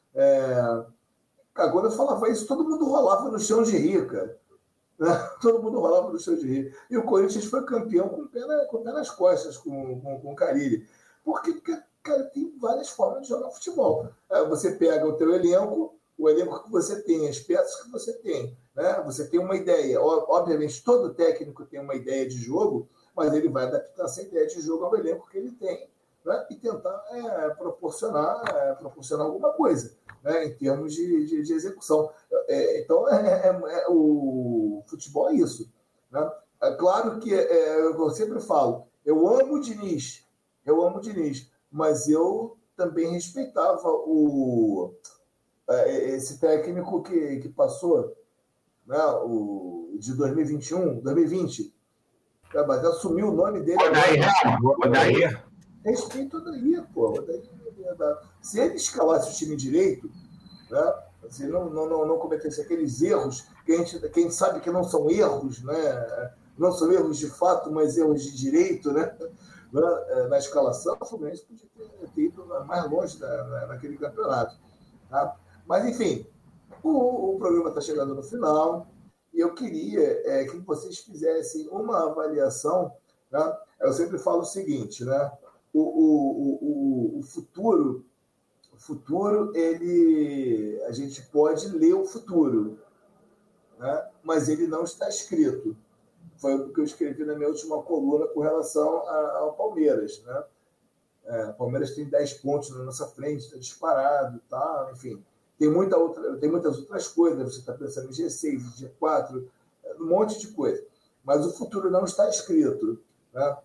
É, agora eu falava isso, todo mundo rolava no chão de rir, cara. Né? Todo mundo rolava no chão de rir. E o Corinthians foi campeão com o pé, na, com o pé nas costas com, com, com o Carille. Por quê? Porque, cara, tem várias formas de jogar futebol. É, você pega o teu elenco, o elenco que você tem, as peças que você tem, né? Você tem uma ideia. Obviamente, todo técnico tem uma ideia de jogo, mas ele vai adaptar essa ideia de jogo ao elenco que ele tem, né? E tentar é, proporcionar, é, proporcionar alguma coisa, né? Em termos de, de, de execução. É, então, é, é, é, o futebol é isso, né? É claro que é, eu sempre falo, eu amo o Diniz, eu amo o Diniz, mas eu também respeitava o... esse técnico que, que passou, né, o, de dois mil e vinte e um, dois mil e vinte, mas assumiu o nome dele. Odair. Respeito o Odair, pô. Odair, se ele escalasse o time direito, né, se não, não, não cometesse aqueles erros que a, gente, que a gente sabe que não são erros, né, não são erros de fato, mas erros de direito, né, na, na escalação, o Fluminense podia ter, ter ido mais longe da, na, naquele campeonato. Tá? Mas, enfim, o, o programa está chegando no final e eu queria é, que vocês fizessem uma avaliação. Né? Eu sempre falo o seguinte, né? o, o, o, o futuro, o futuro ele, a gente pode ler o futuro, né? Mas ele não está escrito. Foi o que eu escrevi na minha última coluna com relação a, ao Palmeiras. Né? É, o Palmeiras tem dez pontos na nossa frente, está disparado, tá? Enfim. Tem, muita outra, tem muitas outras coisas, você está pensando em G seis, G quatro, um monte de coisa. Mas o futuro não está escrito. Né?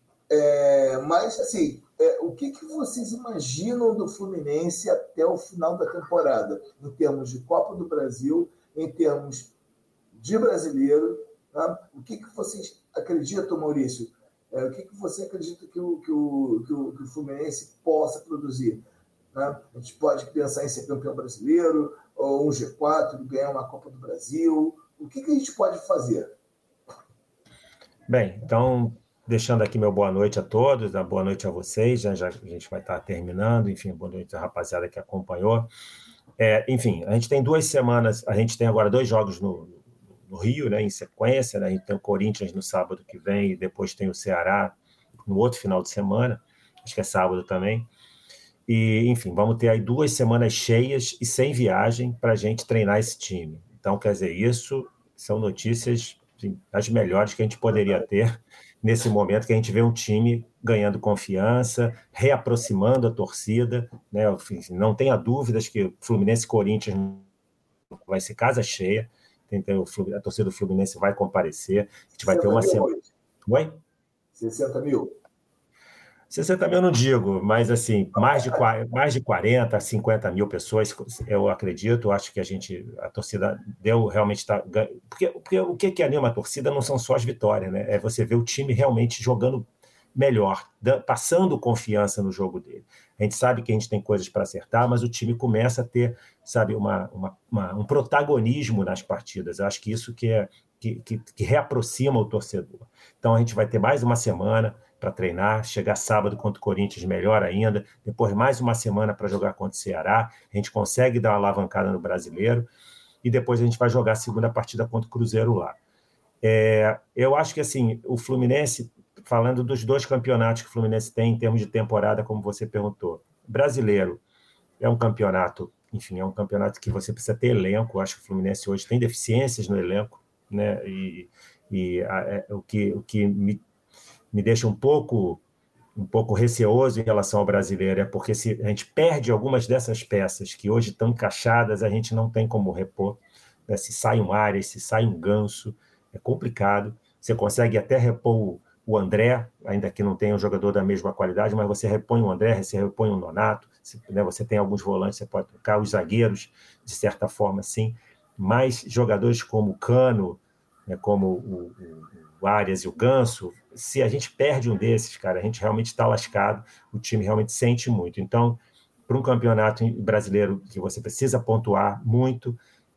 É, mas, assim, é, o que, que vocês imaginam do Fluminense até o final da temporada, em termos de Copa do Brasil, em termos de brasileiro? Né? O que, que vocês acreditam, Maurício? É, o que, que você acredita que o, que, o, que, o, que o Fluminense possa produzir? Né? A gente pode pensar em ser campeão brasileiro, ou um G quatro, ganhar uma Copa do Brasil. O que, que a gente pode fazer? Bem, então, deixando aqui meu boa noite a todos, né? Boa noite a vocês, já, já a gente vai estar terminando, enfim, boa noite à rapaziada que acompanhou. É, enfim, a gente tem duas semanas, a gente tem agora dois jogos no, no Rio, né, em sequência, né? A gente tem o Corinthians no sábado que vem, e depois tem o Ceará no outro final de semana, acho que é sábado também. E, enfim, vamos ter aí duas semanas cheias e sem viagem para a gente treinar esse time. Então, quer dizer, isso são notícias assim, as melhores que a gente poderia ter nesse momento que a gente vê um time ganhando confiança, reaproximando a torcida, né? Enfim, não tenha dúvidas que o Fluminense e Corinthians vai ser casa cheia, então, a torcida do Fluminense vai comparecer, a gente vai ter uma semana... Oi? sessenta mil? sessenta mil eu não digo, mas assim, mais de, mais de quarenta, cinquenta mil pessoas, eu acredito, eu acho que a gente, a torcida deu realmente... Tá, porque, porque o que, que anima a torcida não são só as vitórias, né? É você ver o time realmente jogando melhor, passando confiança no jogo dele. A gente sabe que a gente tem coisas para acertar, mas o time começa a ter, sabe, uma, uma, uma, um protagonismo nas partidas. Eu acho que isso que, é, que, que, que reaproxima o torcedor. Então a gente vai ter mais uma semana para treinar, chegar sábado contra o Corinthians melhor ainda, depois mais uma semana para jogar contra o Ceará, a gente consegue dar uma alavancada no Brasileiro, e depois a gente vai jogar a segunda partida contra o Cruzeiro lá. É, eu acho que assim, o Fluminense falando dos dois campeonatos que o Fluminense tem em termos de temporada, como você perguntou. Brasileiro é um campeonato, enfim, é um campeonato que você precisa ter elenco. Eu acho que o Fluminense hoje tem deficiências no elenco, né? E, e a, é, o que, o que me, me deixa um pouco, um pouco receoso em relação ao brasileiro é porque se a gente perde algumas dessas peças que hoje estão encaixadas, a gente não tem como repor, né? Se sai um Arias, se sai um Ganso, é complicado. Você consegue até repor o André, ainda que não tenha um jogador da mesma qualidade, mas você repõe o André, você repõe o Nonato, você, né, você tem alguns volantes, você pode trocar os zagueiros, de certa forma, sim, mas jogadores como o Cano, né, como o, o, o Arias e o Ganso, se a gente perde um desses, cara, a gente realmente está lascado, o time realmente sente muito. Então, para um campeonato brasileiro que você precisa pontuar muito,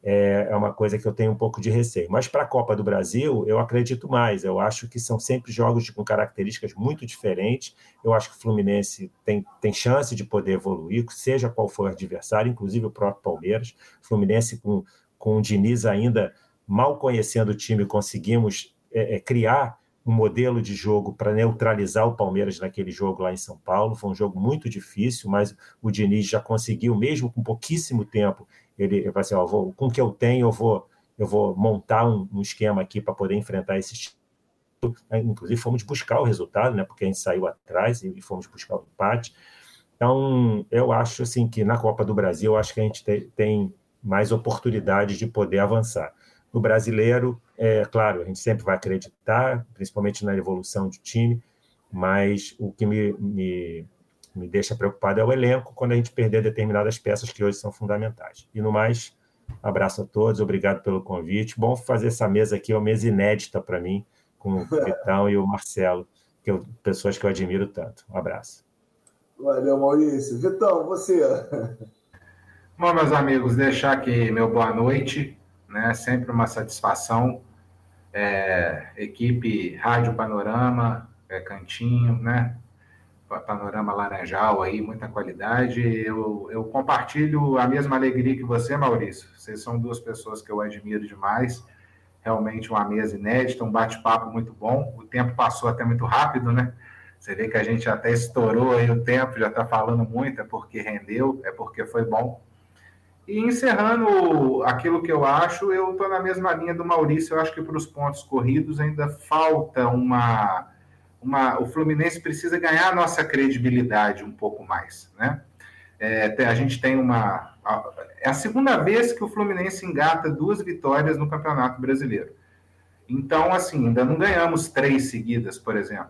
é uma coisa que eu tenho um pouco de receio. Mas para a Copa do Brasil, eu acredito mais. Eu acho que são sempre jogos com características muito diferentes. Eu acho que o Fluminense tem, tem chance de poder evoluir, seja qual for o adversário, inclusive o próprio Palmeiras. O Fluminense, com, com o Diniz ainda mal conhecendo o time, conseguimos é, é, criar um modelo de jogo para neutralizar o Palmeiras naquele jogo lá em São Paulo. Foi um jogo muito difícil, mas o Diniz já conseguiu, mesmo com pouquíssimo tempo, ele, ele vai assim, ó, vou, com o que eu tenho, eu vou, eu vou montar um, um esquema aqui para poder enfrentar esses times. Inclusive, fomos buscar o resultado, né, porque a gente saiu atrás e fomos buscar o empate. Então, eu acho assim, que na Copa do Brasil, eu acho que a gente tem, tem mais oportunidades de poder avançar. No brasileiro, é claro, a gente sempre vai acreditar, principalmente na evolução do time, mas o que me, me, me deixa preocupado é o elenco quando a gente perder determinadas peças que hoje são fundamentais. E no mais, abraço a todos, obrigado pelo convite. Bom fazer essa mesa aqui, é uma mesa inédita para mim, com o Vitão e o Marcelo, que eu, pessoas que eu admiro tanto. Um abraço. Valeu, Maurício. Vitão, você? Bom, meus amigos, deixar aqui meu boa noite, né? Sempre uma satisfação. É, equipe Rádio Panorama, é, Cantinho, né? Panorama Laranjal aí, muita qualidade. Eu, eu compartilho a mesma alegria que você, Maurício. Vocês são duas pessoas que eu admiro demais. Realmente uma mesa inédita, um bate-papo muito bom. O tempo passou até muito rápido, né? Você vê que a gente até estourou aí o tempo, já está falando muito, é porque rendeu, é porque foi bom. E encerrando aquilo que eu acho, eu estou na mesma linha do Maurício. Eu acho que para os pontos corridos ainda falta uma, uma... O Fluminense precisa ganhar a nossa credibilidade um pouco mais, né? É, a gente tem uma... É a segunda vez que o Fluminense engata duas vitórias no Campeonato Brasileiro. Então, assim, ainda não ganhamos três seguidas, por exemplo.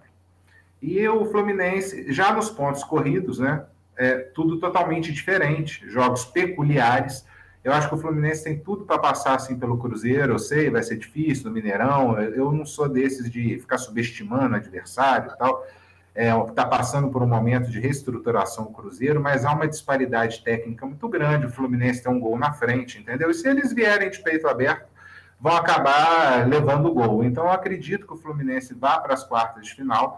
E o Fluminense, já nos pontos corridos, né? É tudo totalmente diferente, jogos peculiares. Eu acho que o Fluminense tem tudo para passar assim pelo Cruzeiro. Eu sei, vai ser difícil no Mineirão. Eu não sou desses de ficar subestimando o adversário e tal. Está é, passando por um momento de reestruturação o Cruzeiro, mas há uma disparidade técnica muito grande. O Fluminense tem um gol na frente, entendeu? E se eles vierem de peito aberto, vão acabar levando o gol. Então, eu acredito que o Fluminense vá para as quartas de final.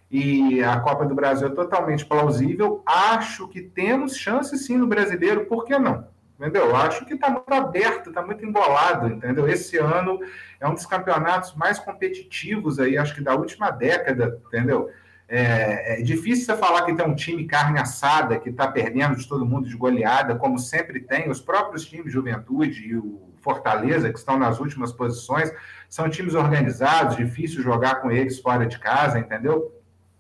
E a Copa do Brasil é totalmente plausível. Acho que temos chance sim no brasileiro, por que não? Entendeu? Acho que está muito aberto, está muito embolado, entendeu? Esse ano é um dos campeonatos mais competitivos aí, acho que da última década, entendeu? É, é difícil você falar que tem um time carne assada, que está perdendo de todo mundo de goleada, como sempre tem. Os próprios times Juventude e o Fortaleza, que estão nas últimas posições, são times organizados, difícil jogar com eles fora de casa, entendeu?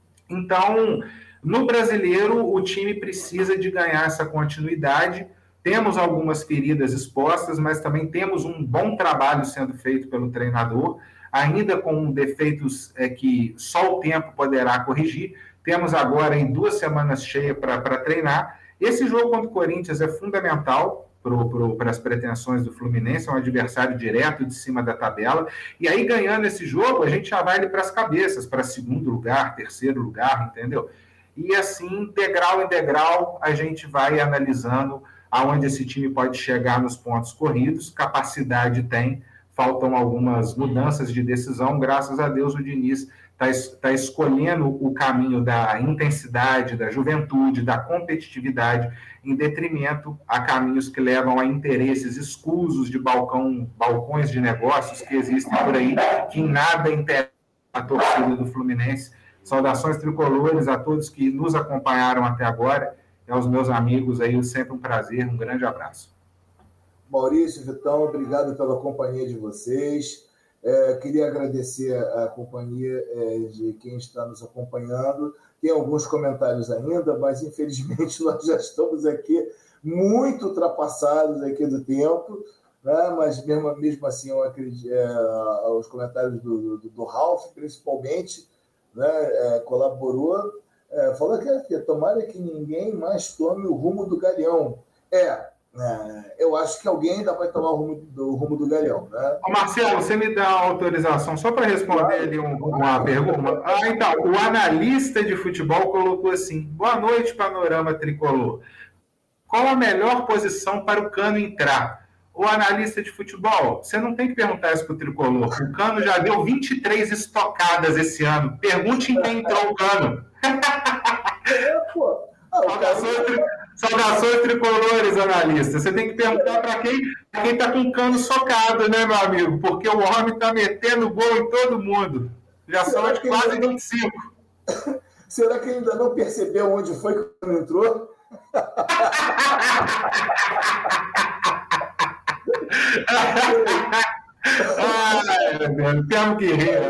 Então, no brasileiro, o time precisa de ganhar essa continuidade. Temos algumas feridas expostas, mas também temos um bom trabalho sendo feito pelo treinador, ainda com defeitos é, que só o tempo poderá corrigir. Temos agora em duas semanas cheias para treinar. Esse jogo contra o Corinthians é fundamental para as pretensões do Fluminense, é um adversário direto de cima da tabela, e aí ganhando esse jogo, a gente já vai ali para as cabeças, para segundo lugar, terceiro lugar, entendeu? E assim, degrau em degrau, a gente vai analisando aonde esse time pode chegar nos pontos corridos. Capacidade tem, faltam algumas mudanças de decisão, graças a Deus o Diniz está tá escolhendo o caminho da intensidade, da juventude, da competitividade, em detrimento a caminhos que levam a interesses escusos de balcão, balcões de negócios que existem por aí, que em nada interessa a torcida do Fluminense. Saudações tricolores a todos que nos acompanharam até agora e aos meus amigos aí, sempre um prazer, um grande abraço. Maurício, Vitão, obrigado pela companhia de vocês. É, queria agradecer a companhia é, de quem está nos acompanhando. Tem alguns comentários ainda, mas infelizmente nós já estamos aqui muito ultrapassados aqui do tempo, né? Mas mesmo, mesmo assim, eu acredito, é, os comentários do, do, do Ralf, principalmente, né, é, colaborou, é, falou que, que tomara que ninguém mais tome o rumo do Galeão. É, é, eu acho que alguém ainda vai tomar o rumo do, o rumo do Galeão. Né? Ô Marcelo, você me dá a autorização só para responder claro. ali um, uma pergunta? Ah, então, o analista de futebol colocou assim, boa noite, Panorama Tricolor. Qual a melhor posição para o Cano entrar? O analista de futebol, você não tem que perguntar isso para o Tricolor. O Cano já deu vinte e três estocadas esse ano. Pergunte em quem entrou o Cano. É, pô. Ah, saudações, tri... saudações tricolores, analista. Você tem que perguntar para quem quem está com o Cano socado, né, meu amigo? Porque o homem está metendo gol em todo mundo. Já são as quase vinte e cinco. Será que ainda não percebeu onde foi que o Cano entrou? Ai, meu Deus, temos que rir.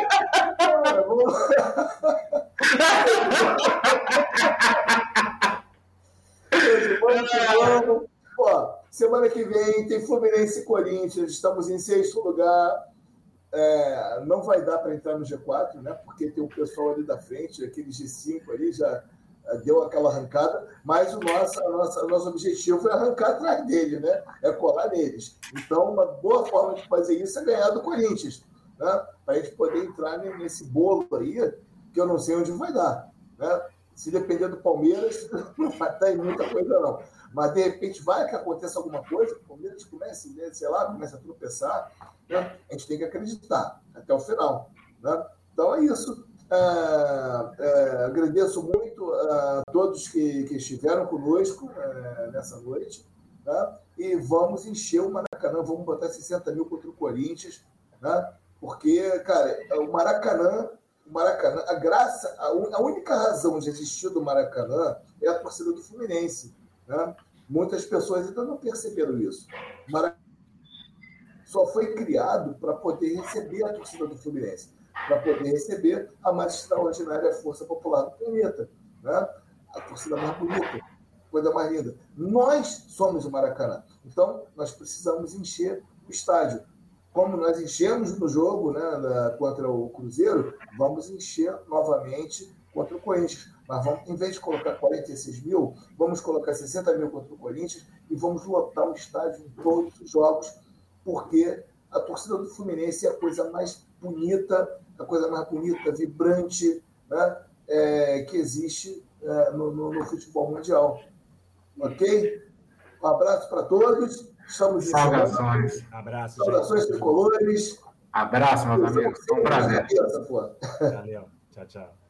Pô, semana que vem tem Fluminense e Corinthians, estamos em sexto lugar. É, não vai dar para entrar no G quatro, né? Porque tem o pessoal ali da frente, aquele G cinco ali já deu aquela arrancada, mas o nosso, a nossa, o nosso objetivo é arrancar atrás dele, né? É colar neles. Então, uma boa forma de fazer isso é ganhar do Corinthians, né? Para a gente poder entrar nesse bolo aí, que eu não sei onde vai dar, né? Se depender do Palmeiras, não vai dar em muita coisa, não. Mas, de repente, vai que aconteça alguma coisa, o Palmeiras comece, sei lá, começa a tropeçar, né? A gente tem que acreditar até o final, né? Então, é isso. É, é, agradeço muito a todos que, que estiveram conosco é, nessa noite, né? E vamos encher o Maracanã, vamos botar sessenta mil contra o Corinthians, né? Porque, cara, o Maracanã, o Maracanã, a graça, a, un, a única razão de existir do Maracanã é a torcida do Fluminense, né? Muitas pessoas ainda não perceberam isso. O Maracanã só foi criado para poder receber a torcida do Fluminense, para poder receber a mais extraordinária força popular do planeta, né? A torcida mais bonita, coisa mais linda. Nós somos o Maracanã, então nós precisamos encher o estádio. Como nós enchemos no jogo, né, contra o Cruzeiro, vamos encher novamente contra o Corinthians. Mas vamos, em vez de colocar quarenta e seis mil, vamos colocar sessenta mil contra o Corinthians e vamos lotar o estádio em todos os jogos, porque a torcida do Fluminense é a coisa mais bonita, a coisa mais bonita, vibrante, né, é, que existe é, no, no, no futebol mundial. Ok? Um abraço para todos. Estamos Saudações. Abraço, Saudações tricolores. Abraço, meus amigos. Foi um prazer. Cabeça, Valeu. Tchau, tchau.